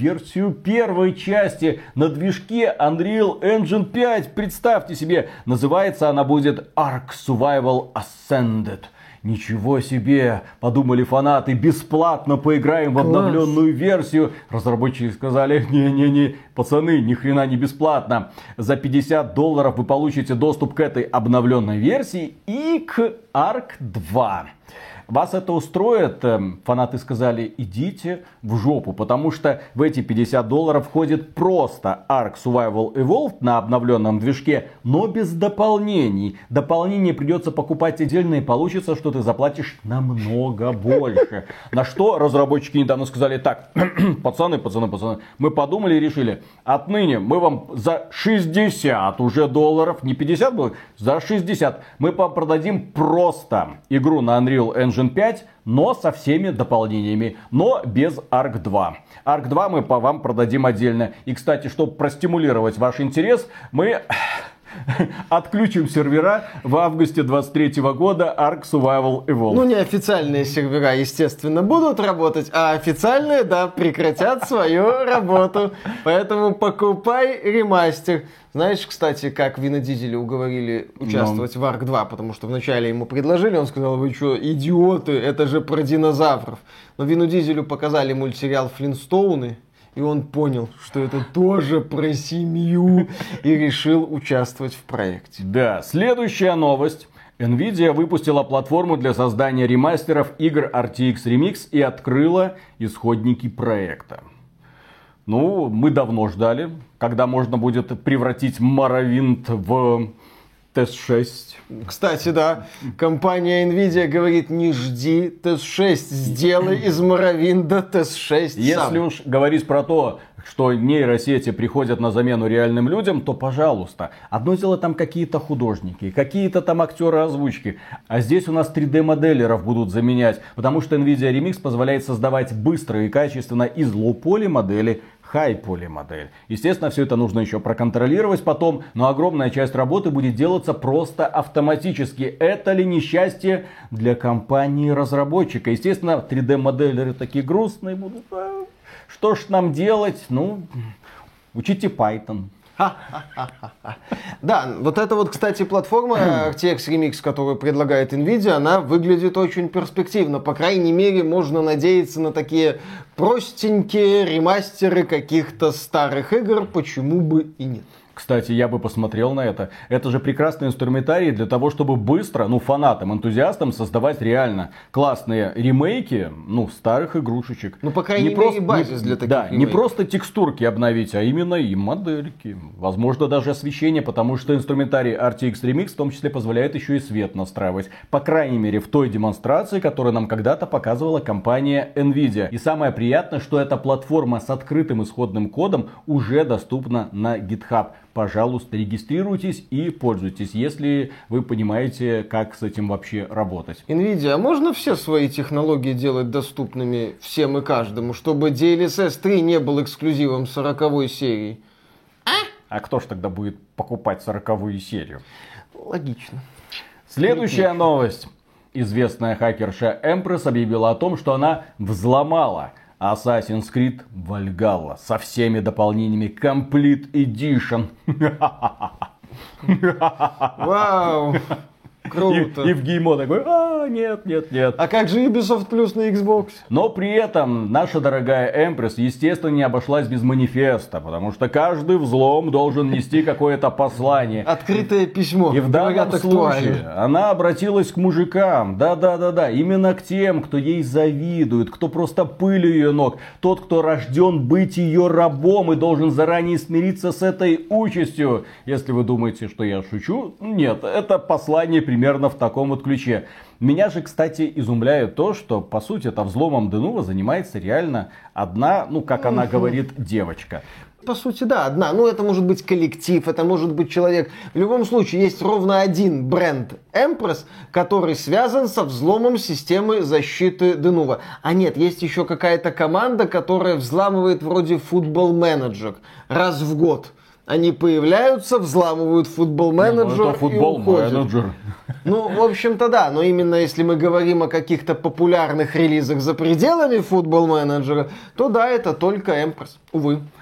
презентацию первой части на движке Unreal Engine пять. Представьте себе, называется она будет Ark Survival Ascended. Ничего себе, подумали фанаты, бесплатно поиграем в обновленную версию. Разработчики сказали, не-не-не, пацаны, ни хрена не бесплатно. За пятьдесят долларов вы получите доступ к этой обновленной версии и к Арк два. Вас это устроит? Фанаты сказали, идите в жопу, потому что в эти пятьдесят долларов входит просто Ark Survival Evolved на обновленном движке, но без дополнений. Дополнение придется покупать отдельно, и получится, что ты заплатишь намного больше. На что разработчики недавно сказали, так, пацаны, пацаны, пацаны, мы подумали и решили, отныне мы вам за шестьдесят уже долларов, не пятьдесят было, за шестьдесят, мы вам продадим просто игру на Unreal Engine пять, но со всеми дополнениями, но без Арк два. Арк два мы по вам продадим отдельно. И, кстати, чтобы простимулировать ваш интерес, мы отключим сервера в августе двадцать третьего года Ark Survival Evolved. Ну, неофициальные сервера, естественно, будут работать, а официальные, да, прекратят свою работу. Поэтому покупай ремастер. Знаешь, кстати, как Вина Дизеля уговорили участвовать Но... в Арк два, потому что вначале ему предложили, он сказал, вы что, идиоты, это же про динозавров. Но Вину Дизелю показали мультсериал «Флинстоуны», и он понял, что это тоже про семью, и решил участвовать в проекте. Да, следующая новость. Nvidia выпустила платформу для создания ремастеров игр ар ти экс Remix и открыла исходники проекта. Ну, мы давно ждали, когда можно будет превратить Morrowind в ти эс шесть. Кстати, да, компания Nvidia говорит, не жди ти эс шесть, сделай из Morrowind'а ти эс шесть сам. Если уж говорить про то, что нейросети приходят на замену реальным людям, то пожалуйста. Одно дело там какие-то художники, какие-то там актеры озвучки. А здесь у нас три дэ-моделеров будут заменять, потому что Nvidia Remix позволяет создавать быстро и качественно из low-poly модели high-poly модель. Естественно, все это нужно еще проконтролировать потом, но огромная часть работы будет делаться просто автоматически. Это ли несчастье для компании-разработчика? Естественно, три дэ-моделеры такие грустные будут. Что ж нам делать? Ну, учите Python. Да, вот эта вот, кстати, платформа ар ти экс Remix, которую предлагает Nvidia, она выглядит очень перспективно. По крайней мере, можно надеяться на такие простенькие ремастеры каких-то старых игр, почему бы и нет. Кстати, я бы посмотрел на это. Это же прекрасный инструментарий для того, чтобы быстро, ну, фанатам, энтузиастам создавать реально классные ремейки, ну, старых игрушечек. Ну, по крайней не мере, просто, базис не, для таких Да, ремейков. Не просто текстурки обновить, а именно и модельки. Возможно, даже освещение, потому что инструментарий ар ти экс Remix в том числе позволяет еще и свет настраивать. По крайней мере, в той демонстрации, которую нам когда-то показывала компания Nvidia. И самое приятное, что эта платформа с открытым исходным кодом уже доступна на GitHub. Пожалуйста, регистрируйтесь и пользуйтесь, если вы понимаете, как с этим вообще работать. Nvidia, а можно все свои технологии делать доступными всем и каждому, чтобы ди эл эс эс три не был эксклюзивом сороковой серии? А? А кто ж тогда будет покупать сороковую серию? Логично. Следующая Логично. новость. Известная хакерша Empress объявила о том, что она взломала Assassin's Creed Valhalla со всеми дополнениями Complete Edition. Вау! Круто. И, и в геймо такой, а, нет, нет, нет. А как же Ubisoft Plus на Xbox? Но при этом наша дорогая Empress, естественно, не обошлась без манифеста, потому что каждый взлом должен нести какое-то послание. Открытое письмо. И в данном случае она обратилась к мужикам. Да-да-да-да, именно к тем, кто ей завидует, кто просто пыль ее ног. Тот, кто рожден быть ее рабом и должен заранее смириться с этой участью. Если вы думаете, что я шучу, нет, это послание примерно в таком вот ключе. Меня же, кстати, изумляет то, что, по сути, это взломом Денува занимается реально одна, ну, как она говорит, девочка. По сути, да, одна. Ну, это может быть коллектив, это может быть человек. В любом случае, есть ровно один бренд Empress, который связан со взломом системы защиты Денува. А нет, есть еще какая-то команда, которая взламывает вроде Football Manager раз в год. Они появляются, взламывают Football Manager ну, это и уходят. Manager. Ну, в общем-то, да. Но именно если мы говорим о каких-то популярных релизах за пределами Football Manager, то да, это только Empress. Увы.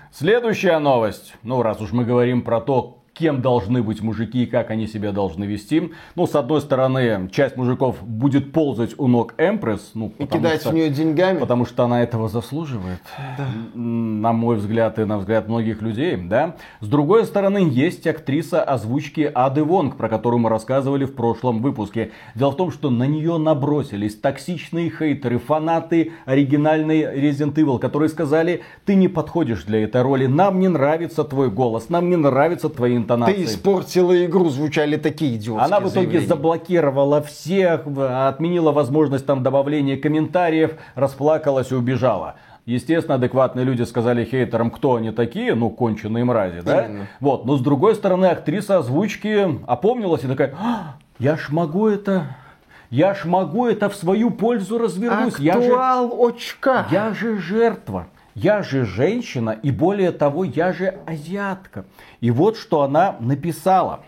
Следующая новость. Ну, раз уж мы говорим про то, кем должны быть мужики и как они себя должны вести. Ну, с одной стороны, часть мужиков будет ползать у ног Эмпресс. Ну, и кидать что, в нее деньгами. Потому что она этого заслуживает. Да. На мой взгляд и на взгляд многих людей. Да? С другой стороны, есть актриса озвучки Ады Вонг, про которую мы рассказывали в прошлом выпуске. Дело в том, что на нее набросились токсичные хейтеры, фанаты оригинальной Resident Evil, которые сказали: ты не подходишь для этой роли, нам не нравится твой голос, нам не нравятся твои интонации. Ты испортила игру, звучали такие идиотские Она в итоге заявления. Заблокировала всех, отменила возможность там добавления комментариев, расплакалась и убежала. Естественно, адекватные люди сказали хейтерам, кто они такие, ну, конченые мрази, да? Именно. Вот. Но с другой стороны, актриса озвучки опомнилась и такая: а, я ж могу это... Я ж могу это в свою пользу развернуть. Актуал я же... очка. Я же жертва. Я же женщина, и более того, я же азиатка. И вот что она написала.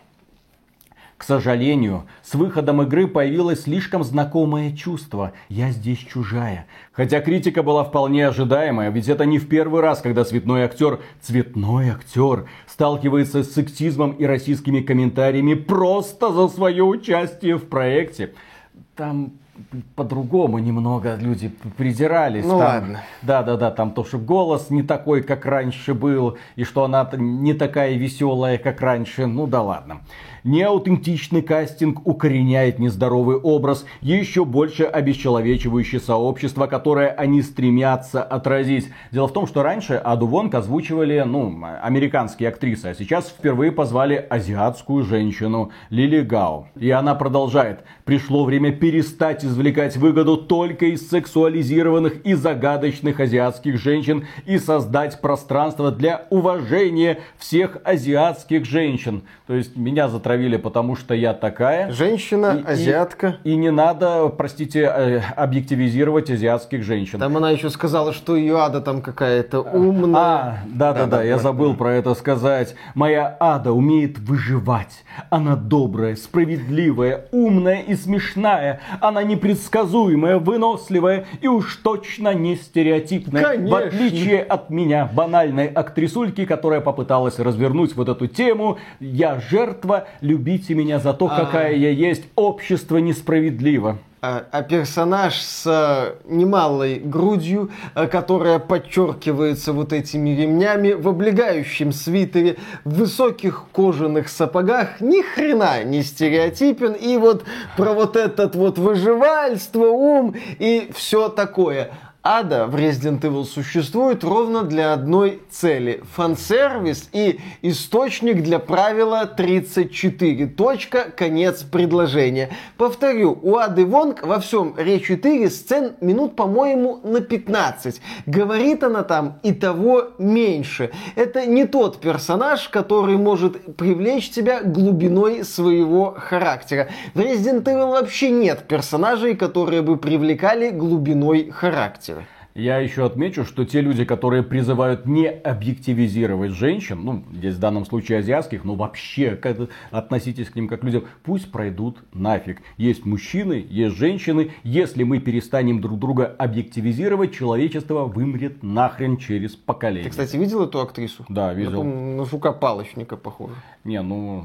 К сожалению, с выходом игры появилось слишком знакомое чувство. Я здесь чужая. Хотя критика была вполне ожидаемая, ведь это не в первый раз, когда цветной актер, цветной актер, сталкивается с сексизмом и российскими комментариями просто за свое участие в проекте. Там... по-другому немного люди придирались. Ну там, ладно. Да-да-да, там то, что голос не такой, как раньше был, и что она не такая веселая, как раньше. Ну да ладно. Неаутентичный кастинг укореняет нездоровый образ, еще больше обесчеловечивающее сообщество, которое они стремятся отразить. Дело в том, что раньше Аду Вонг озвучивали, ну, американские актрисы, а сейчас впервые позвали азиатскую женщину Лили Гао. И она продолжает: пришло время перестать извлекать выгоду только из сексуализированных и загадочных азиатских женщин и создать пространство для уважения всех азиатских женщин. То есть меня затравили, потому что я такая. Женщина, и, азиатка. И, и не надо, простите, объективизировать азиатских женщин. Там она еще сказала, что ее Ада там какая-то умная. А, да-да-да, я забыл про это сказать. Моя Ада умеет выживать. Она добрая, справедливая, умная и смешная. Она непредсказуемая, выносливая и уж точно не стереотипная. Конечно. В отличие от меня, банальной актрисульки, которая попыталась развернуть вот эту тему. Я жертва, любите меня за то, а... какая я есть. Общество несправедливо. А, а персонаж с а, немалой грудью, а, которая подчеркивается вот этими ремнями, в облегающем свитере, в высоких кожаных сапогах, ни хрена не стереотипен. И вот про вот этот вот выживальство, ум и все такое. Ада в Resident Evil существует ровно для одной цели. Фан-сервис и источник для правила тридцать четыре. Точка, конец предложения. Повторю, у Ады Вонг во всем Ре четыре сцен минут, по-моему, на пятнадцать. Говорит она там и того меньше. Это не тот персонаж, который может привлечь тебя глубиной своего характера. В Resident Evil вообще нет персонажей, которые бы привлекали глубиной характера. Я еще отмечу, что те люди, которые призывают не объективизировать женщин, ну, здесь в данном случае азиатских, но вообще как, относитесь к ним как к людям, пусть пройдут нафиг. Есть мужчины, есть женщины. Если мы перестанем друг друга объективизировать, человечество вымрет нахрен через поколение. Ты, кстати, видел эту актрису? Да, видел. На жука-палочника похоже. Не, ну...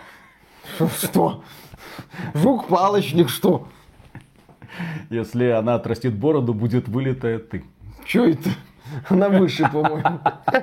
Что? Жук-палочник что? Если она отрастит бороду, будет вылитая ты. Че это? Она выше, по-моему.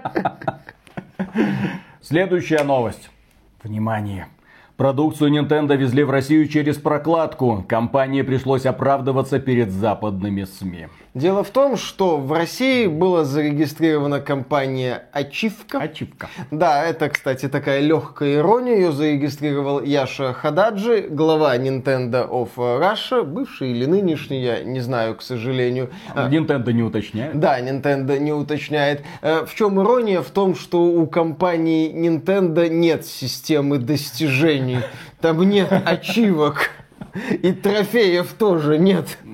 Следующая новость. Внимание. Продукцию Nintendo везли в Россию через прокладку. Компании пришлось оправдываться перед западными СМИ. Дело в том, что в России была зарегистрирована компания Ачивка. Ачивка. Да, это, кстати, такая легкая ирония. Ее зарегистрировал Яша Хададжи, глава Nintendo of Russia, бывший или нынешний, я не знаю, к сожалению. Nintendo не уточняет. Да, Nintendo не уточняет. В чем ирония? В том, что у компании Nintendo нет системы достижений. Там нет ачивок. И трофеев тоже нет.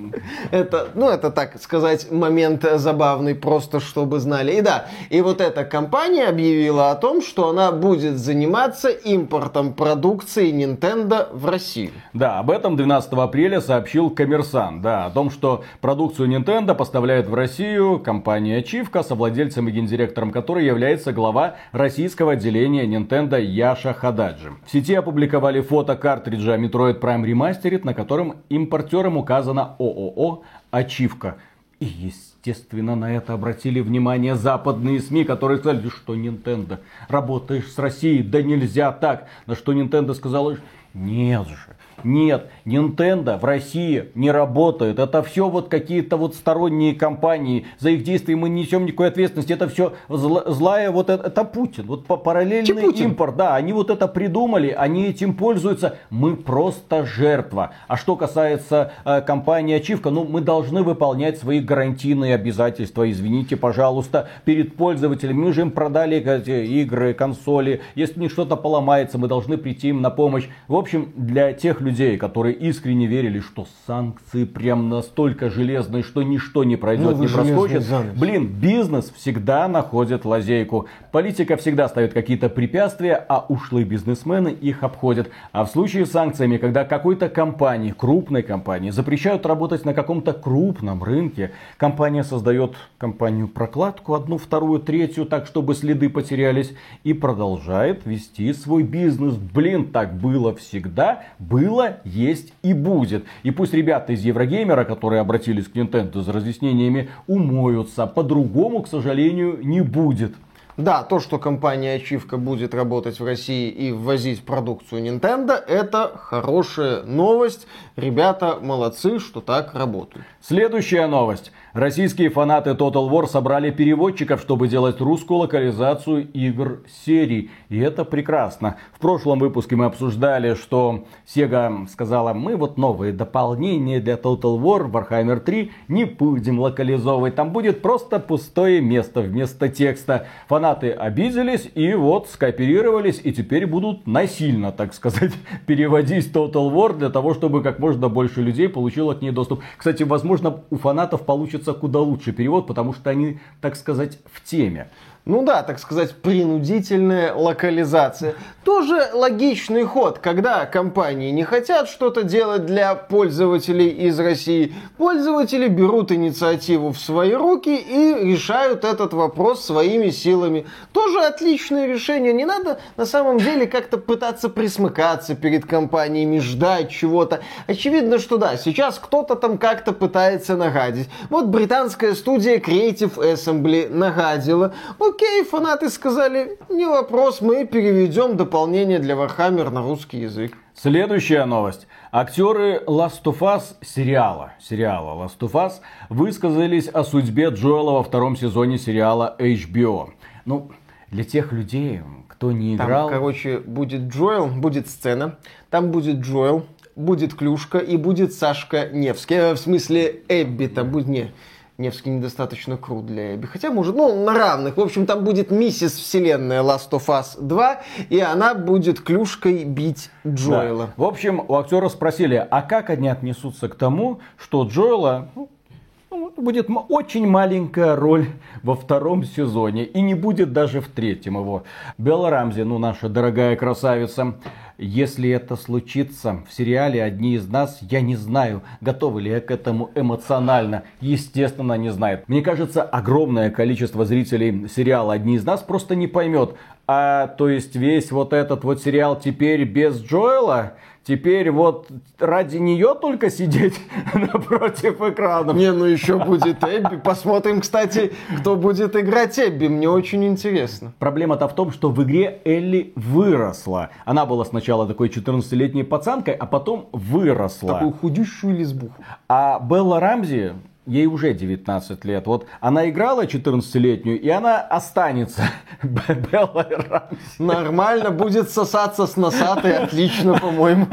Это, ну, это, так сказать, момент забавный, просто чтобы знали. И да, и вот эта компания объявила о том, что она будет заниматься импортом продукции Nintendo в Россию. Да, об этом двенадцатого апреля сообщил Коммерсант. Да, о том, что продукцию Nintendo поставляет в Россию компания Ачивка, совладельцем и гендиректором которой является глава российского отделения Nintendo Яша Хададжи. В сети опубликовали фото картриджа Metroid Prime Remastered, на котором импортером указано ООО «Ачивка». И, естественно, на это обратили внимание западные СМИ, которые сказали, что Nintendo, работаешь с Россией, да нельзя так. На что Nintendo сказала, нет же. Нет, Nintendo в России не работает. Это все вот какие-то вот сторонние компании. За их действия мы не несем никакой ответственности. Это все зла, злая, вот это, это Путин. Вот параллельный Чепутин. импорт. Да, они вот это придумали, они этим пользуются. Мы просто жертва. А что касается э, компании Ачивка, ну мы должны выполнять свои гарантийные обязательства. Извините, пожалуйста, перед пользователями. Мы же им продали эти игры, консоли. Если у них что-то поломается, мы должны прийти им на помощь. В общем, для тех людей, людей, которые искренне верили, что санкции прям настолько железные, что ничто не пройдет, ну, не проскочит. Блин, бизнес всегда находит лазейку. Политика всегда ставит какие-то препятствия, а ушлые бизнесмены их обходят. А в случае с санкциями, когда какой-то компании, крупной компании, запрещают работать на каком-то крупном рынке, компания создает компанию-прокладку, одну, вторую, третью, так, чтобы следы потерялись, и продолжает вести свой бизнес. Блин, так было всегда, было, есть и будет. И пусть ребята из Еврогеймера, которые обратились к Nintendo за разъяснениями, умоются. По-другому, к сожалению, не будет. Да, то, что компания Ачивка будет работать в России и ввозить продукцию Nintendo, это хорошая новость. Ребята молодцы, что так работают. Следующая новость. Российские фанаты Total War собрали переводчиков, чтобы делать русскую локализацию игр серии. И это прекрасно. В прошлом выпуске мы обсуждали, что Sega сказала, мы вот новые дополнения для Total War, Warhammer три не будем локализовывать. Там будет просто пустое место вместо текста. Фанаты обиделись и вот скооперировались. И теперь будут насильно, так сказать, переводить Total War для того, чтобы как можно больше людей получило к ней доступ. Кстати, возможно, у фанатов получится куда лучше перевод, потому что они, так сказать, в теме. Ну да, так сказать, принудительная локализация. Тоже логичный ход, когда компании не хотят что-то делать для пользователей из России. Пользователи берут инициативу в свои руки и решают этот вопрос своими силами. Тоже отличное решение. Не надо на самом деле как-то пытаться присмыкаться перед компаниями, ждать чего-то. Очевидно, что да, сейчас кто-то там как-то пытается нагадить. Вот британская студия Creative Assembly нагадила. Окей, фанаты сказали, не вопрос, мы переведем дополнение для Warhammer на русский язык. Следующая новость. Актеры Last of Us сериала, сериала Last of Us высказались о судьбе Джоэла во втором сезоне сериала эйч би о. Ну, для тех людей, кто не играл... Там, короче, будет Джоэл, будет сцена, там будет Джоэл, будет Клюшка и будет Сашка Невский. В смысле, Эбби-то будет... Не. Невский недостаточно крут для Эбби. Хотя, может, ну, на равных. В общем, там будет миссис Вселенная Last of Us два, и она будет Клюшкой бить Джоэла. Да. В общем, у актера спросили, а как они отнесутся к тому, что Джоэла... Ну, будет очень маленькая роль во втором сезоне. И не будет даже в третьем его. Белла Рамзи, ну, наша дорогая красавица... Если это случится в сериале «Одни из нас», я не знаю, готова ли я к этому эмоционально. Естественно, не знает. Мне кажется, огромное количество зрителей сериала «Одни из нас» просто не поймет. А то есть весь вот этот вот сериал теперь без Джоэла? Теперь вот ради нее только сидеть напротив экрана. Не, ну еще будет Эбби. Посмотрим, кстати, кто будет играть Эбби. Мне очень интересно. Проблема-то в том, что в игре Элли выросла. Она была сначала такой четырнадцатилетней пацанкой, а потом выросла. Такую худющую лесбуху. А Белла Рамзи... Ей уже девятнадцать лет. Вот она играла четырнадцатилетнюю, и она останется Беллой Рамзи. Нормально, будет сосаться с носатой. Отлично, по-моему.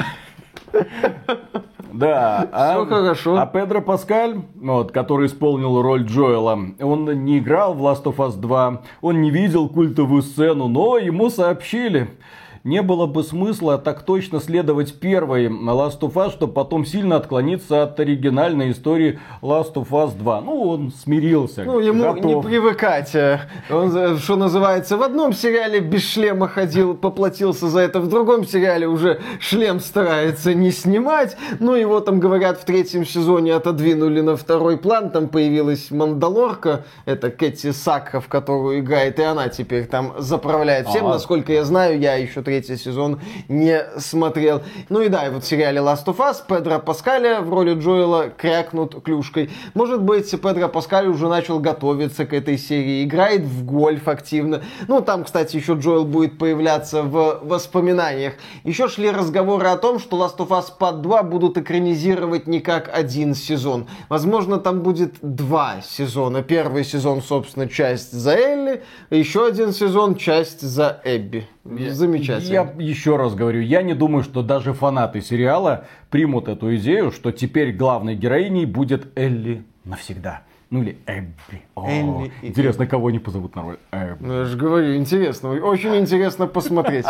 Да, все а, хорошо. А Педро Паскаль, вот, который исполнил роль Джоэла, он не играл в Last of Us два, он не видел культовую сцену, но ему сообщили. не было бы смысла так точно следовать первой Last of Us, чтобы потом сильно отклониться от оригинальной истории Last of Us два. Ну, он смирился. Ну, ему готов. не привыкать. Он, что называется, в одном сериале без шлема ходил, поплатился за это, в другом сериале уже шлем старается не снимать. Ну, его там, говорят, в третьем сезоне отодвинули на второй план, там появилась Мандалорка, это Кэти Сакхов, которую играет, и она теперь там заправляет всем, А-а. насколько я знаю, я еще третий сезон не смотрел. Ну и да, и вот в сериале Last of Us Педро Паскаля в роли Джоэла крякнут клюшкой. Может быть, Педро Паскаль уже начал готовиться к этой серии, играет в гольф активно. Ну, там, кстати, еще Джоэл будет появляться в воспоминаниях. Еще шли разговоры о том, что Last of Us Part два будут экранизировать не как один сезон. Возможно, там будет два сезона. Первый сезон, собственно, часть за Элли, еще один сезон, часть за Эбби. Замечательно. Я еще раз говорю, я не думаю, что даже фанаты сериала примут эту идею, что теперь главной героиней будет Элли навсегда. Ну или Эбби. О, Элли и интересно, кого они позовут на роль Эбби. Ну, я же говорю, интересно. Очень интересно посмотреть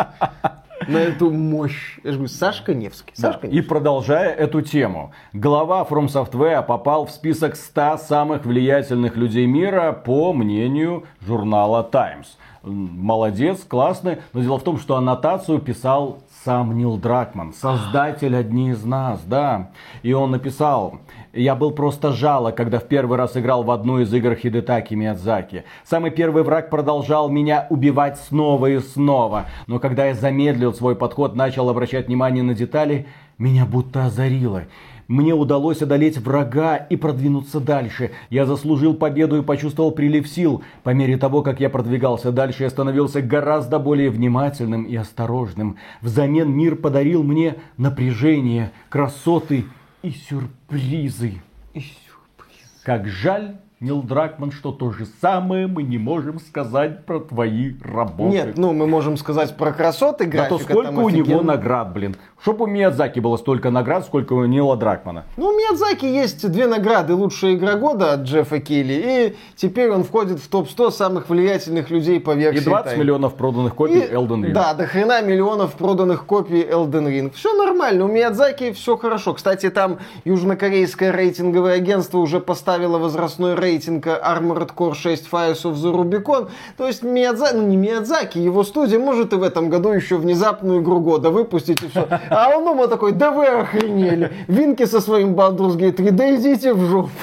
на эту мощь. Я же говорю, Сашка Невский. Да. Сашка И Невский. продолжая эту тему. Глава From Software попал в список ста самых влиятельных людей мира по мнению журнала Times. Молодец, классно. Но дело в том, что аннотацию писал сам Нил Дракман, создатель «Одни из нас», да. И он написал: «Я был просто жалок, когда в первый раз играл в одну из игр Хидетаки Миядзаки. Самый первый враг продолжал меня убивать снова и снова. Но когда я замедлил свой подход, начал обращать внимание на детали, меня будто озарило. Мне удалось одолеть врага и продвинуться дальше. Я заслужил победу и почувствовал прилив сил. По мере того, как я продвигался дальше, я становился гораздо более внимательным и осторожным. Взамен мир подарил мне напряжение, красоты и сюрпризы». И сюрприз. Как жаль, Нил Дракман, что то же самое мы не можем сказать про твои работы. Нет, ну мы можем сказать про красоты, графика. Зато сколько там у него офигенно. наград, блин. Чтоб у Миядзаки было столько наград, сколько у Нила Дракмана. Ну, у Миядзаки есть две награды: лучшая игра года от Джеффа Килли, и теперь он входит в топ сто самых влиятельных людей по версии И двадцать Time. миллионов проданных копий И- Elden Ring. Да, до хрена миллионов проданных копий Elden Ring. Все нормально, у Миядзаки все хорошо. Кстати, там южнокорейское рейтинговое агентство уже поставило возрастной рейтинг Armored Core шесть Fires of the Rubicon. То есть Миядзаки, ну не Миядзаки, его студия может и в этом году еще внезапную игру года выпустить и все. А он ему такой: да вы охренели. Винки со своим Baldur's Gate три, да идите в жопу.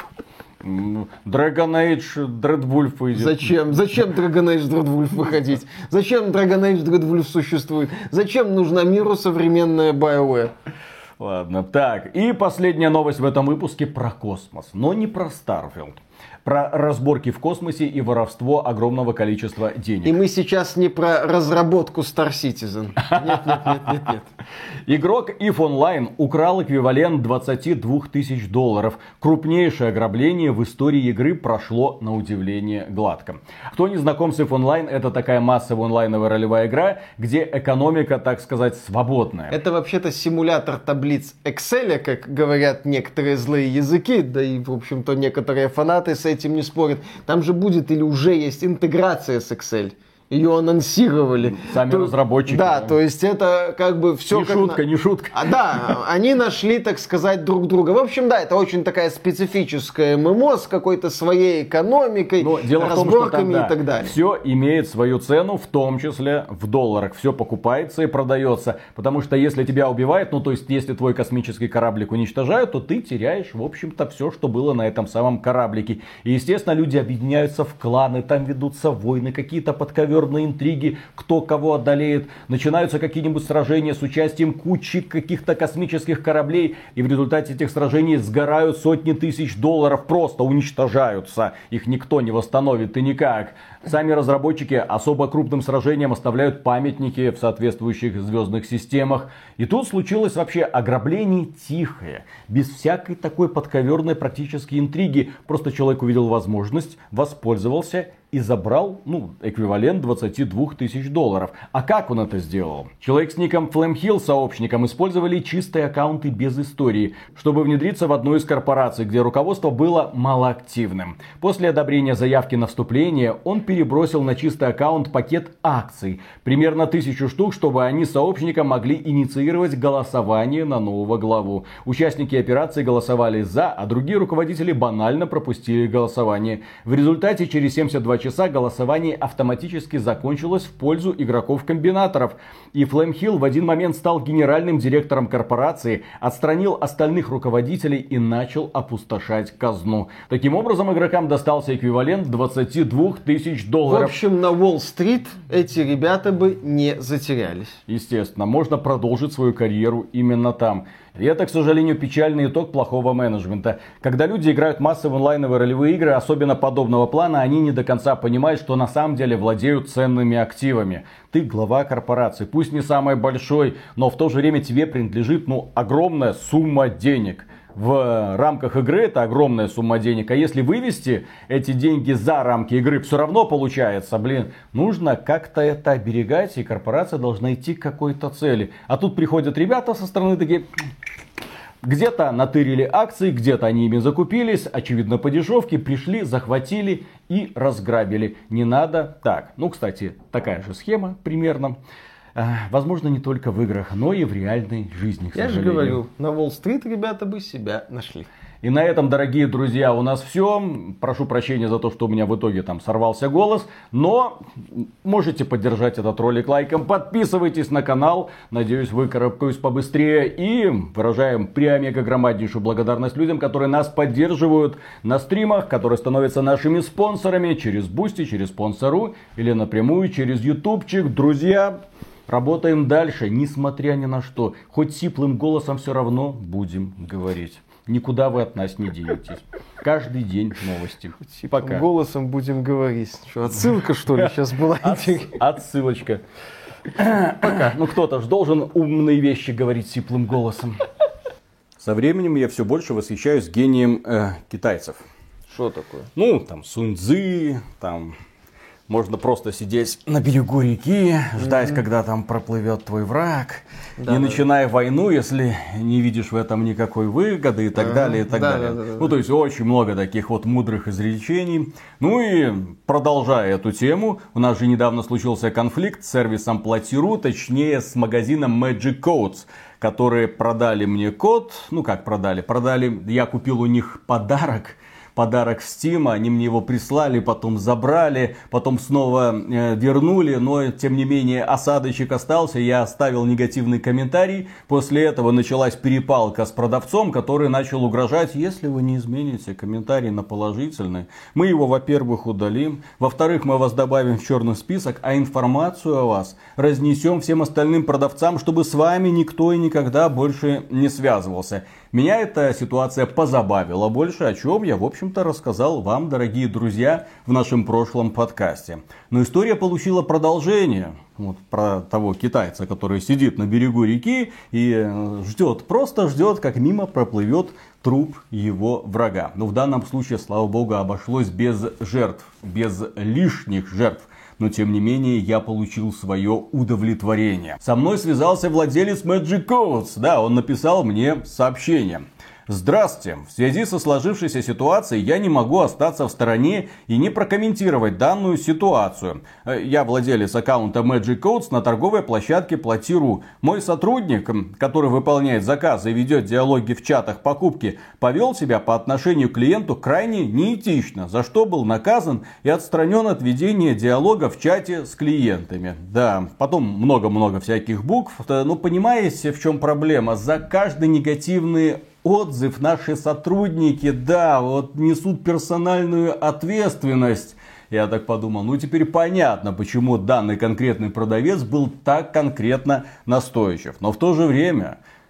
М, Dragon Age Dreadwolf выйдет. Зачем? Зачем Dragon Age Dreadwolf выходить? Зачем Dragon Age Dreadwolf существует? Зачем нужна миру современная BioWare? Ладно, так. И последняя новость в этом выпуске про космос. Но не про Starfield. Про разборки в космосе и воровство огромного количества денег. И мы сейчас не про разработку Star Citizen. Нет, нет, нет, нет, нет. Игрок иф Online украл эквивалент двадцать два тысяч долларов. Крупнейшее ограбление в истории игры прошло на удивление гладко. Кто не знаком с иф Online, это такая массовая онлайновая ролевая игра, где экономика, так сказать, свободная. Это вообще-то симулятор таблиц Excel, как говорят некоторые злые языки, да и, в общем-то, некоторые фанаты с этим не спорят. Там же будет или уже есть интеграция с Excel. Ее анонсировали. Сами То- разработчики. Да, то есть это как бы все Не как шутка, на- не шутка. А, да, они нашли, так сказать, друг друга. В общем, да, это очень такая специфическая ММО с какой-то своей экономикой, Но дело в том, что разборками там, да, и так далее. все имеет свою цену, в том числе в долларах. Все покупается и продается. Потому что если тебя убивают, ну то есть если твой космический кораблик уничтожают, то ты теряешь, в общем-то, все, что было на этом самом кораблике. И, естественно, люди объединяются в кланы, там ведутся войны, какие-то подковерные интриги, кто кого одолеет. Начинаются какие-нибудь сражения с участием кучи каких-то космических кораблей. И в результате этих сражений сгорают сотни тысяч долларов, просто уничтожаются. Их никто не восстановит и никак. Сами разработчики особо крупным сражениям оставляют памятники в соответствующих звездных системах. И тут случилось вообще ограбление тихое, без всякой такой подковерной практически интриги. Просто человек увидел возможность, воспользовался и забрал, ну, эквивалент двадцати двух тысяч долларов. А как он это сделал? Человек с ником FlameHill сообщником использовали чистые аккаунты без истории, чтобы внедриться в одну из корпораций, где руководство было малоактивным. После одобрения заявки на вступление он перебросил на чистый аккаунт пакет акций, примерно тысячу штук, чтобы они сообщникам могли инициировать голосование на нового главу. Участники операции голосовали за, а другие руководители банально пропустили голосование. В результате через семьдесят два часа голосование автоматически закончилось в пользу игроков-комбинаторов. И FlameHill в один момент стал генеральным директором корпорации, отстранил остальных руководителей и начал опустошать казну. Таким образом, игрокам достался эквивалент двадцати двух тысяч долларов. В общем, на Уолл-стрит эти ребята бы не затерялись. Естественно, можно продолжить свою карьеру именно там. И это, к сожалению, печальный итог плохого менеджмента. Когда люди играют массовые онлайновые ролевые игры, особенно подобного плана, они не до конца понимают, что на самом деле владеют ценными активами. Ты глава корпорации, пусть не самой большой, но в то же время тебе принадлежит, ну, огромная сумма денег. В рамках игры это огромная сумма денег. А если вывести эти деньги за рамки игры, все равно получается, блин, нужно как-то это оберегать, и корпорация должна идти к какой-то цели. А тут приходят ребята со стороны такие... Где-то натырили акции, где-то они ими закупились, очевидно по дешевке, пришли, захватили и разграбили. Не надо так. Ну, кстати, такая же схема примерно. Возможно, не только в играх, но и в реальной жизни, к Я сожалению. же говорю, на Уолл-стрит ребята бы себя нашли. И на этом, дорогие друзья, у нас все. Прошу прощения за то, что у меня в итоге там сорвался голос. Но можете поддержать этот ролик лайком. Подписывайтесь на канал. Надеюсь, выкарабкаюсь побыстрее. И выражаем преомега громаднейшую благодарность людям, которые нас поддерживают на стримах, которые становятся нашими спонсорами через Бусти, через Спонсору или напрямую через ютубчик. Друзья, работаем дальше, несмотря ни на что. Хоть сиплым голосом все равно будем говорить. Никуда вы от нас не денетесь. Каждый день новости. Пока. Голосом будем говорить. Что, отсылка, что ли, сейчас была? Отсылочка. Пока. Ну, кто-то же должен умные вещи говорить сиплым голосом. Со временем я все больше восхищаюсь гением э, китайцев. Что такое? Ну, там, Сунь Цзы, там... Можно просто сидеть на берегу реки, ждать, mm-hmm. когда там проплывет твой враг. Да, не да, начиная да. войну, если не видишь в этом никакой выгоды и так uh-huh. далее, и так да, далее. Да, да, да, ну, то есть, очень много таких вот мудрых изречений. Ну и продолжая эту тему, у нас же недавно случился конфликт с сервисом Плати.ру, точнее с магазином Magic Codes, которые продали мне код. Ну, как продали? Продали, я купил у них подарок. Подарок Steam, они мне его прислали, потом забрали, потом снова э, вернули, но тем не менее осадочек остался, я оставил негативный комментарий. После этого началась перепалка с продавцом, который начал угрожать: если вы не измените комментарий на положительный, мы его, во-первых, удалим, во-вторых, мы вас добавим в черный список, а информацию о вас разнесем всем остальным продавцам, чтобы с вами никто и никогда больше не связывался. Меня эта ситуация позабавила больше, о чем я, в общем-то, рассказал вам, дорогие друзья, в нашем прошлом подкасте. Но история получила продолжение. Вот про того китайца, который сидит на берегу реки и ждет, просто ждет, как мимо проплывет труп его врага. Но в данном случае, слава богу, обошлось без жертв, без лишних жертв. Но тем не менее я получил свое удовлетворение. Со мной связался владелец Magic Codes. Да, он написал мне сообщение. Здравствуйте. В связи со сложившейся ситуацией я не могу остаться в стороне и не прокомментировать данную ситуацию. Я владелец аккаунта Magic Codes на торговой площадке Плати.ру. Мой сотрудник, который выполняет заказы и ведет диалоги в чатах покупки, повел себя по отношению к клиенту крайне неэтично, за что был наказан и отстранен от ведения диалога в чате с клиентами. Да, потом много-много всяких букв. Но понимаете, в чем проблема? За каждый негативный отзыв наши сотрудники, да, вот несут персональную ответственность. Я так подумал, ну теперь понятно, почему данный конкретный продавец был так конкретно настойчив. Но в то же время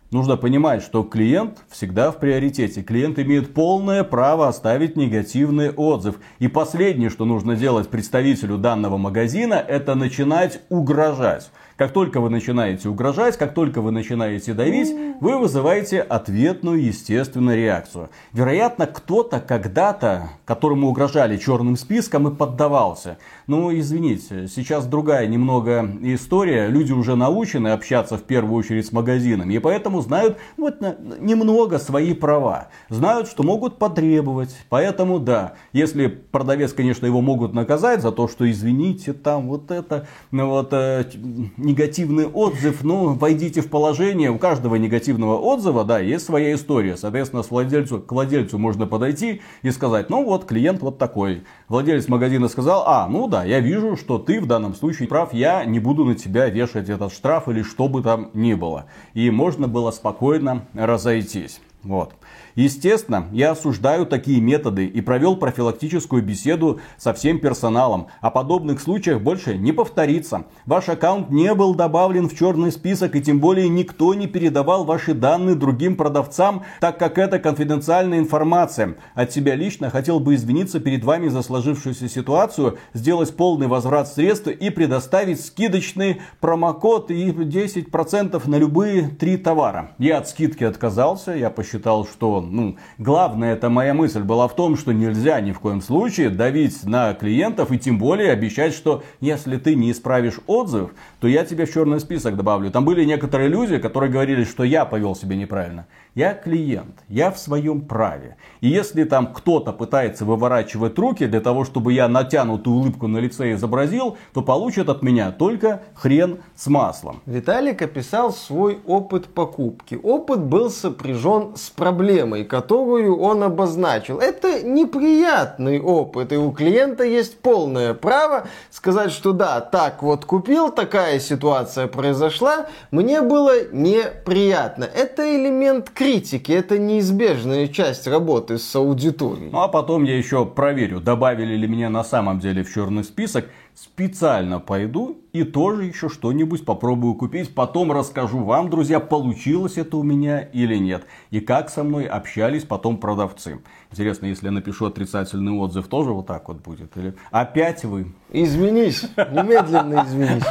нужно понимать, что клиент всегда в приоритете. Клиент имеет полное право оставить негативный отзыв. И последнее, что нужно делать представителю данного магазина, это начинать угрожать. Как только вы начинаете угрожать, как только вы начинаете давить, вы вызываете ответную, естественную реакцию. Вероятно, кто-то когда-то, которому угрожали черным списком, и поддавался. Ну, извините, сейчас другая немного история. Люди уже научены общаться в первую очередь с магазинами, и поэтому знают вот, немного свои права. Знают, что могут потребовать. Поэтому, да, если продавец, конечно, его могут наказать за то, что, извините, там вот это, ну, вот, э, негативный отзыв, ну, войдите в положение. У каждого негативного отзыва, да, есть своя история. Соответственно, с владельцу, к владельцу можно подойти и сказать, ну вот, клиент вот такой. Владелец магазина сказал, а, ну да, я вижу, что ты в данном случае прав, я не буду на тебя вешать этот штраф или что бы там ни было. И можно было спокойно разойтись. Вот. Естественно, я осуждаю такие методы и провел профилактическую беседу со всем персоналом. О подобных случаях больше не повторится. Ваш аккаунт не был добавлен в черный список, и тем более никто не передавал ваши данные другим продавцам, так как это конфиденциальная информация. От себя лично хотел бы извиниться перед вами за сложившуюся ситуацию, сделать полный возврат средств и предоставить скидочный промокод и десять процентов на любые три товара. Я от скидки отказался, я посчитал, что ну, главная эта моя мысль была в том, что нельзя ни в коем случае давить на клиентов и тем более обещать, что если ты не исправишь отзыв, то я тебя в черный список добавлю. Там были некоторые люди, которые говорили, что я повел себя неправильно. Я клиент, я в своем праве. И если там кто-то пытается выворачивать руки для того, чтобы я натянутую улыбку на лице изобразил, то получит от меня только хрен с маслом. Виталик описал свой опыт покупки. Опыт был сопряжен с проблемой, которую он обозначил. Это неприятный опыт, и у клиента есть полное право сказать, что да, так вот купил, такая ситуация произошла, мне было неприятно. Это элемент критики, это неизбежная часть работы с аудиторией. Ну а потом я еще проверю, добавили ли меня на самом деле в черный список. Специально пойду и тоже еще что-нибудь попробую купить. Потом расскажу вам, друзья, получилось это у меня или нет. И как со мной общались потом продавцы. Интересно, если я напишу отрицательный отзыв, тоже вот так вот будет? Или опять вы? Изменись, немедленно изменись.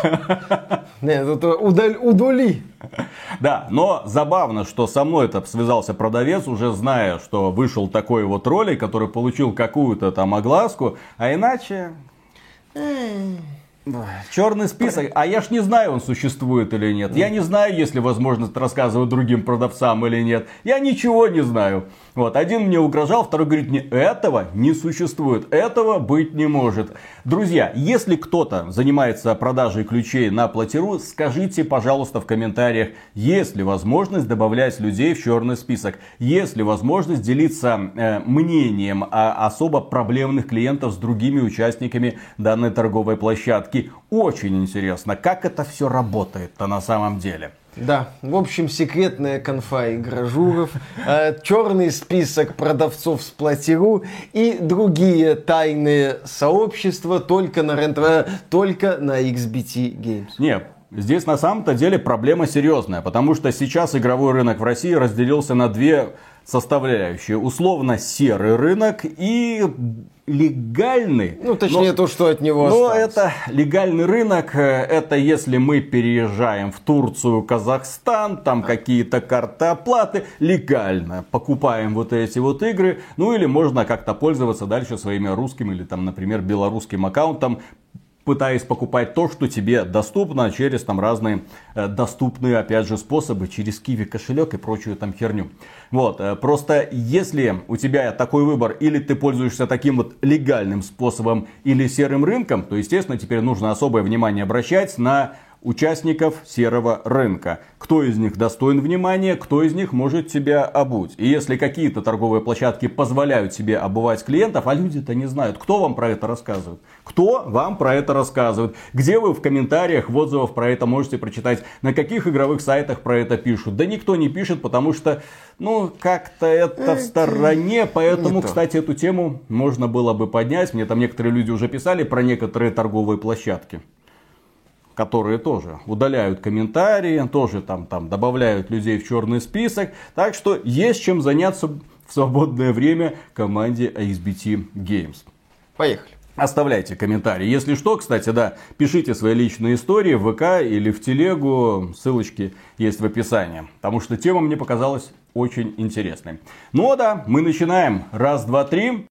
Нет, это удаль, удали. Да, но забавно, что со мной это связался продавец, уже зная, что вышел такой вот ролик, который получил какую-то там огласку, а иначе... Черный список, а я ж не знаю, он существует или нет. Я не знаю, есть ли возможность рассказывать другим продавцам или нет. Я ничего не знаю. Вот, один мне угрожал, второй говорит, не, этого не существует, этого быть не может. Друзья, если кто-то занимается продажей ключей на Платиру, скажите, пожалуйста, в комментариях, есть ли возможность добавлять людей в черный список, есть ли возможность делиться э, мнением о особо проблемных клиентов с другими участниками данной торговой площадки. Очень интересно, как это все работает-то на самом деле. Да, в общем, секретная конфа игражуров, э, черный список продавцов с Платиру и другие тайные сообщества только на, рент... только на икс би ти Games. Нет. Здесь на самом-то деле проблема серьезная, потому что сейчас игровой рынок в России разделился на две составляющие. Условно серый рынок и легальный. Ну, точнее, но, то, что от него но осталось. это легальный рынок, это если мы переезжаем в Турцию, Казахстан, там какие-то карты оплаты, легально покупаем вот эти вот игры. Ну, или можно как-то пользоваться дальше своими русским или, там, например, белорусским аккаунтом, пытаясь покупать то, что тебе доступно через там разные э, доступные, опять же, способы, через Киви кошелек и прочую там херню. Вот, э, просто если у тебя такой выбор, или ты пользуешься таким вот легальным способом, или серым рынком, то, естественно, теперь нужно особое внимание обращать на участников серого рынка. Кто из них достоин внимания, кто из них может тебя обуть. И если какие-то торговые площадки позволяют себе обувать клиентов, а люди-то не знают, кто вам про это рассказывает. Кто вам про это рассказывает? Где вы в комментариях, в отзывах про это можете прочитать? На каких игровых сайтах про это пишут? Да никто не пишет, потому что, ну, как-то это в стороне. Поэтому, кстати, эту тему можно было бы поднять. Мне там некоторые люди уже писали про некоторые торговые площадки, которые тоже удаляют комментарии, тоже там, там добавляют людей в черный список. Так что есть чем заняться в свободное время команде эй эс би ти Games. Поехали. Оставляйте комментарии. Если что, кстати, да, пишите свои личные истории в ВК или в телегу. Ссылочки есть в описании. Потому что тема мне показалась очень интересной. Ну да, мы начинаем. Раз, два, три.